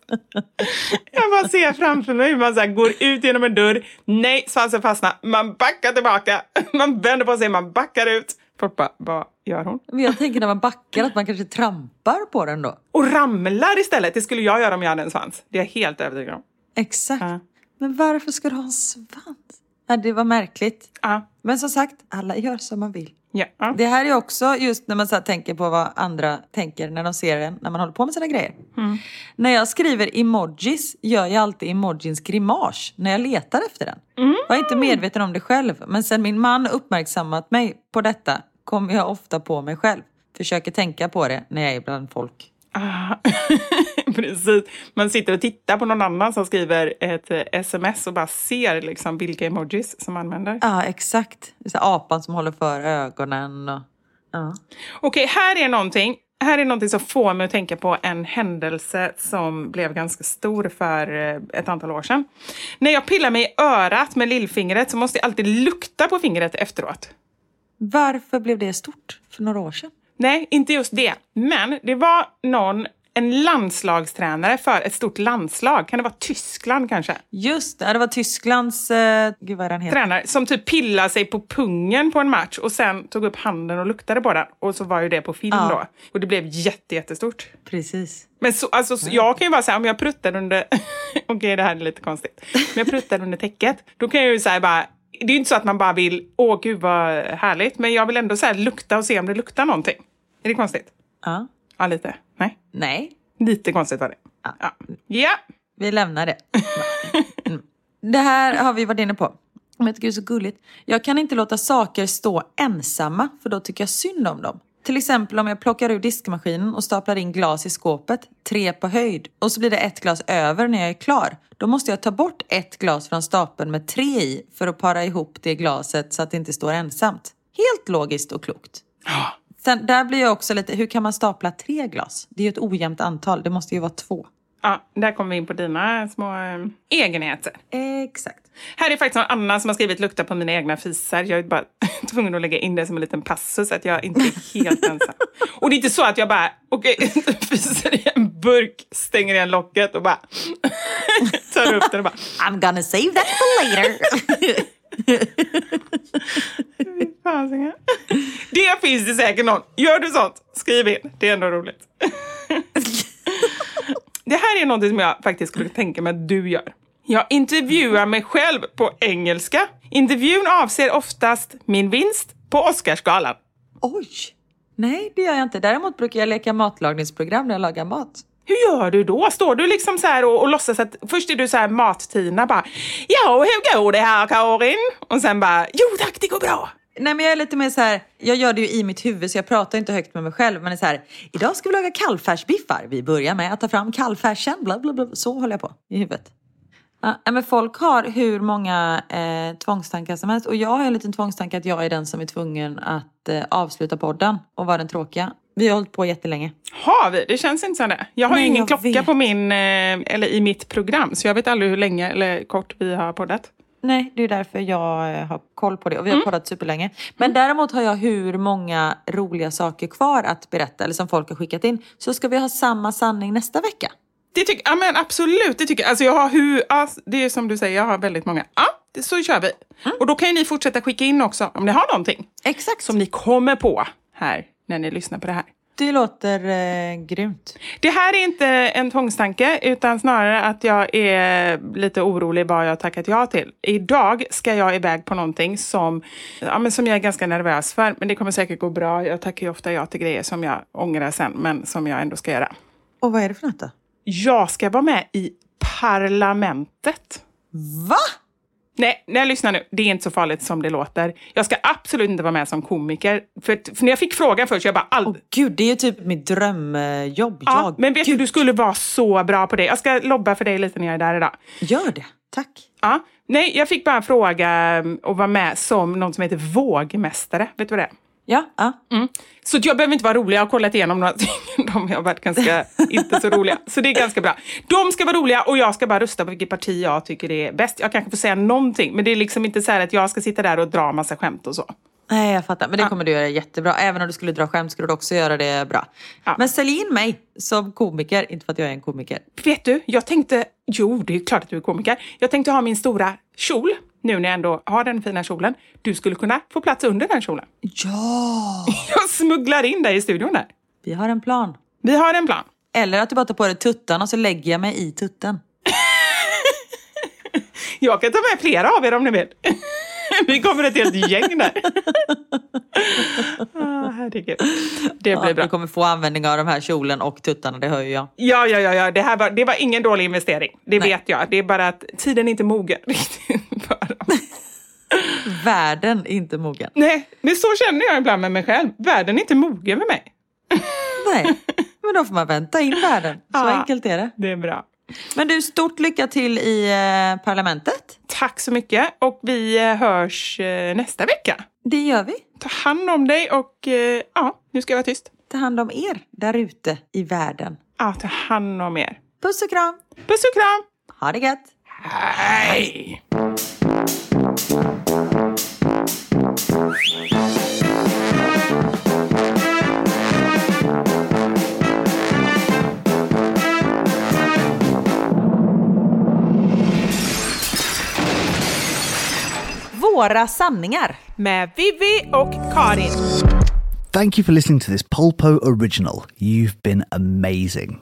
Jag bara ser framför mig hur man så här går ut genom en dörr. Nej, svansen fastnar. Man backar tillbaka. Man vänder på sig, man backar ut. Folk bara, vad gör hon? Jag tänker när man backar att man kanske trampar på den då. Och ramlar istället. Det skulle jag göra om jag hade en svans. Det är jag helt övertygad om. Exakt. Men varför ska du ha en svans? Ja, det var märkligt. Men som sagt, alla gör som man vill. Ja. Det här är också just när man så här tänker på vad andra tänker när de ser en, när man håller på med sina grejer. När jag skriver emojis gör jag alltid emojins grimas när jag letar efter den. Jag är inte medveten om det själv, men sen min man uppmärksammat mig på detta kommer jag ofta på mig själv. Försöker tänka på det när jag är bland folk. Precis. Man sitter och tittar på någon annan som skriver ett sms och bara ser liksom vilka emojis som använder. Ja, exakt. Det är apan som håller för ögonen. Och, Okej, här är någonting som får mig att tänka på en händelse som blev ganska stor för ett antal år sedan. När jag pillar mig i örat med lillfingret så måste jag alltid lukta på fingret efteråt. Varför blev det stort för några år sedan? Nej, inte just det. Men det var en landslagstränare för ett stort landslag. Kan det vara Tyskland kanske? Just det var Tysklands gud vad den heter. Tränare som typ pillade sig på pungen på en match och sen tog upp handen och luktade på den. Och så var ju det på film då. Och det blev jättestort. Precis. Men så, alltså, jag kan ju vara så här, om jag pruttar under... Okej, det här är lite konstigt. Men jag pruttar under täcket. Då kan jag ju säga bara... Det är ju inte så att man bara vill, gud vad härligt. Men jag vill ändå så här lukta och se om det luktar någonting. Är det konstigt? Ja. Ja, lite. Nej. Lite konstigt var det. Ja. Vi lämnar det. Det här har vi varit inne på. Men jag tycker det är så gulligt. Jag kan inte låta saker stå ensamma. För då tycker jag synd om dem. Till exempel om jag plockar ur diskmaskinen och staplar in glas i skåpet. 3 på höjd. Och så blir det 1 glas över när jag är klar. Då måste jag ta bort 1 glas från stapeln med 3 i. För att para ihop det glaset så att det inte står ensamt. Helt logiskt och klokt. Sen, där blir jag också lite, hur kan man stapla 3 glas? Det är ju ett ojämnt antal, det måste ju vara 2. Ja, där kommer vi in på dina små egenheter. Exakt. Här är faktiskt någon annan som har skrivit lukta på mina egna fisar. Jag är bara tvungen att lägga in det som en liten passus att jag inte är helt ensam. Och det är inte så att jag bara, fiser i en burk, stänger igen locket och bara tar upp den och bara I'm gonna save that for later. Det finns det säkert någon. Gör du sånt? Skriv in. Det är ändå roligt. Det här är något som jag faktiskt skulle tänka mig att du gör. Jag intervjuar mig själv på engelska. Intervjun avser oftast min vinst på Oscarsgalan. Oj! Nej, det gör jag inte. Däremot brukar jag leka matlagningsprogram när jag lagar mat. Hur gör du då? Står du liksom så här och låtsas att... Först är du så här mat-Tina bara... Ja, hur går det här, Karin? Och sen bara... Jo tack, det går bra. Nej, men jag är lite mer så här, jag gör det ju i mitt huvud så jag pratar inte högt med mig själv. Men det är så här, idag ska vi laga kallfärsbiffar. Vi börjar med att ta fram kallfärsen, bla bla bla. Så håller jag på i huvudet. Ja, men folk har hur många tvångstankar som helst. Och jag har en liten tvångstanke att jag är den som är tvungen att avsluta podden och vara den tråkiga. Vi har hållit på jättelänge. Har vi? Det känns inte så det. Jag har ingen klocka på min, eller i mitt program. Så jag vet aldrig hur länge eller kort vi har poddat. Nej, det är därför jag har koll på det. Och vi har poddat superlänge. Men däremot har jag hur många roliga saker kvar att berätta. Eller som folk har skickat in. Så ska vi ha samma sanning nästa vecka. Ja, men absolut, det tycker jag. Alltså jag har det är som du säger, jag har väldigt många. Ja, så kör vi. Och då kan ju ni fortsätta skicka in också om ni har någonting. Exakt. Som ni kommer på här när ni lyssnar på det här. Det låter grymt. Det här är inte en tvångstanke utan snarare att jag är lite orolig vad jag har tackat ja till. Idag ska jag iväg på någonting som jag är ganska nervös för. Men det kommer säkert gå bra. Jag tackar ju ofta ja till grejer som jag ångrar sen men som jag ändå ska göra. Och vad är det för något då? Jag ska vara med i parlamentet. Va? Nej, lyssna nu. Det är inte så farligt som det låter. Jag ska absolut inte vara med som komiker. För när jag fick frågan först, jag bara... Gud, det är ju typ mitt drömjobb. Ja, men vet du skulle vara så bra på det. Jag ska lobba för dig lite när jag är där idag. Gör det, tack. Ja, nej, jag fick bara en fråga och vara med som någon som heter vågmästare. Vet du vad det är? Ja. Så jag behöver inte vara rolig. Jag har kollat igenom några. De har varit ganska inte så roliga. Så det är ganska bra. De ska vara roliga och jag ska bara rösta på vilket parti jag tycker är bäst. Jag kanske får säga någonting. Men det är liksom inte så här att jag ska sitta där och dra massa skämt och så. Nej, jag fattar. Men det kommer du göra jättebra. Även om du skulle dra skämt skulle du också göra det bra. Ja. Men sälj in mig som komiker. Inte för att jag är en komiker. Vet du, jag tänkte... Jo, det är klart att du är komiker. Jag tänkte ha min stora kjol. Nu när jag ändå har den fina kjolen. Du skulle kunna få plats under den kjolen. Ja! Jag smugglar in dig i studion där. Vi har en plan. Eller att du bara tar på dig tuttan och så lägger jag mig i tutten. Jag kan ta med flera av er om ni vill. Vi kommer ett helt gäng där. Herregud. Det blir bra. Du kommer få användning av de här kjolen och tuttarna, det hör ju jag. Ja. Det var ingen dålig investering. Det vet jag. Det är bara att tiden är inte mogen riktigt för dem. Världen är inte mogen. Nej, men så känner jag ibland med mig själv. Världen är inte mogen med mig. Nej, men då får man vänta in världen. Så enkelt är det. Det är bra. Men du, stort lycka till i parlamentet. Tack så mycket. Och vi hörs nästa vecka. Det gör vi. Ta hand om dig och nu ska jag vara tyst. Ta hand om er där ute i världen. Ja, ta hand om er. Puss och kram. Puss och kram. Ha det gött. Hej. Våra sanningar med Vivi och Karin. Thank you for listening to this Polpo original. You've been amazing.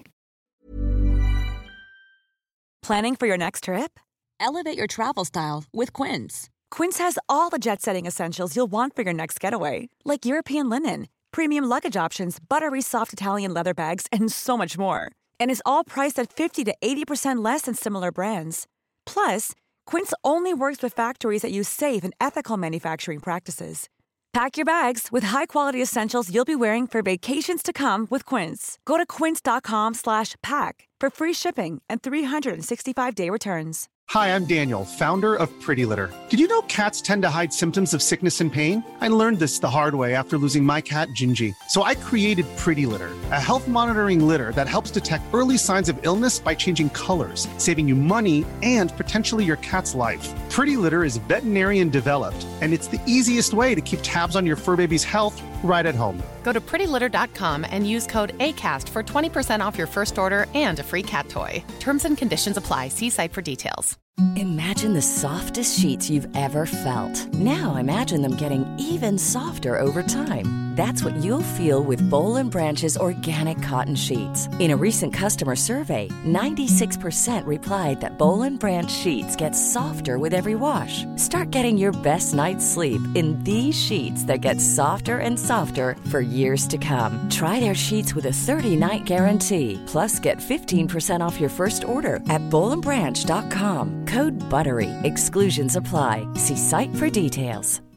Planning for your next trip? Elevate your travel style with Quince. Quince has all the jet-setting essentials you'll want for your next getaway, like European linen, premium luggage options, buttery soft Italian leather bags, and so much more. And is all priced at 50 to 80% less than similar brands. Plus, Quince only works with factories that use safe and ethical manufacturing practices. Pack your bags with high-quality essentials you'll be wearing for vacations to come with Quince. Go to quince.com/pack for free shipping and 365-day returns. Hi, I'm Daniel, founder of Pretty Litter. Did you know cats tend to hide symptoms of sickness and pain? I learned this the hard way after losing my cat, Gingy. So I created Pretty Litter, a health monitoring litter that helps detect early signs of illness by changing colors, saving you money and potentially your cat's life. Pretty Litter is veterinarian developed, and it's the easiest way to keep tabs on your fur baby's health right at home. Go to prettylitter.com and use code ACAST for 20% off your first order and a free cat toy. Terms and conditions apply. See site for details. Imagine the softest sheets you've ever felt. Now imagine them getting even softer over time. That's what you'll feel with Boll & Branch's organic cotton sheets. In a recent customer survey, 96% replied that Boll & Branch sheets get softer with every wash. Start getting your best night's sleep in these sheets that get softer and softer for years to come. Try their sheets with a 30-night guarantee. Plus, get 15% off your first order at bollandbranch.com. Code BUTTERY. Exclusions apply. See site for details.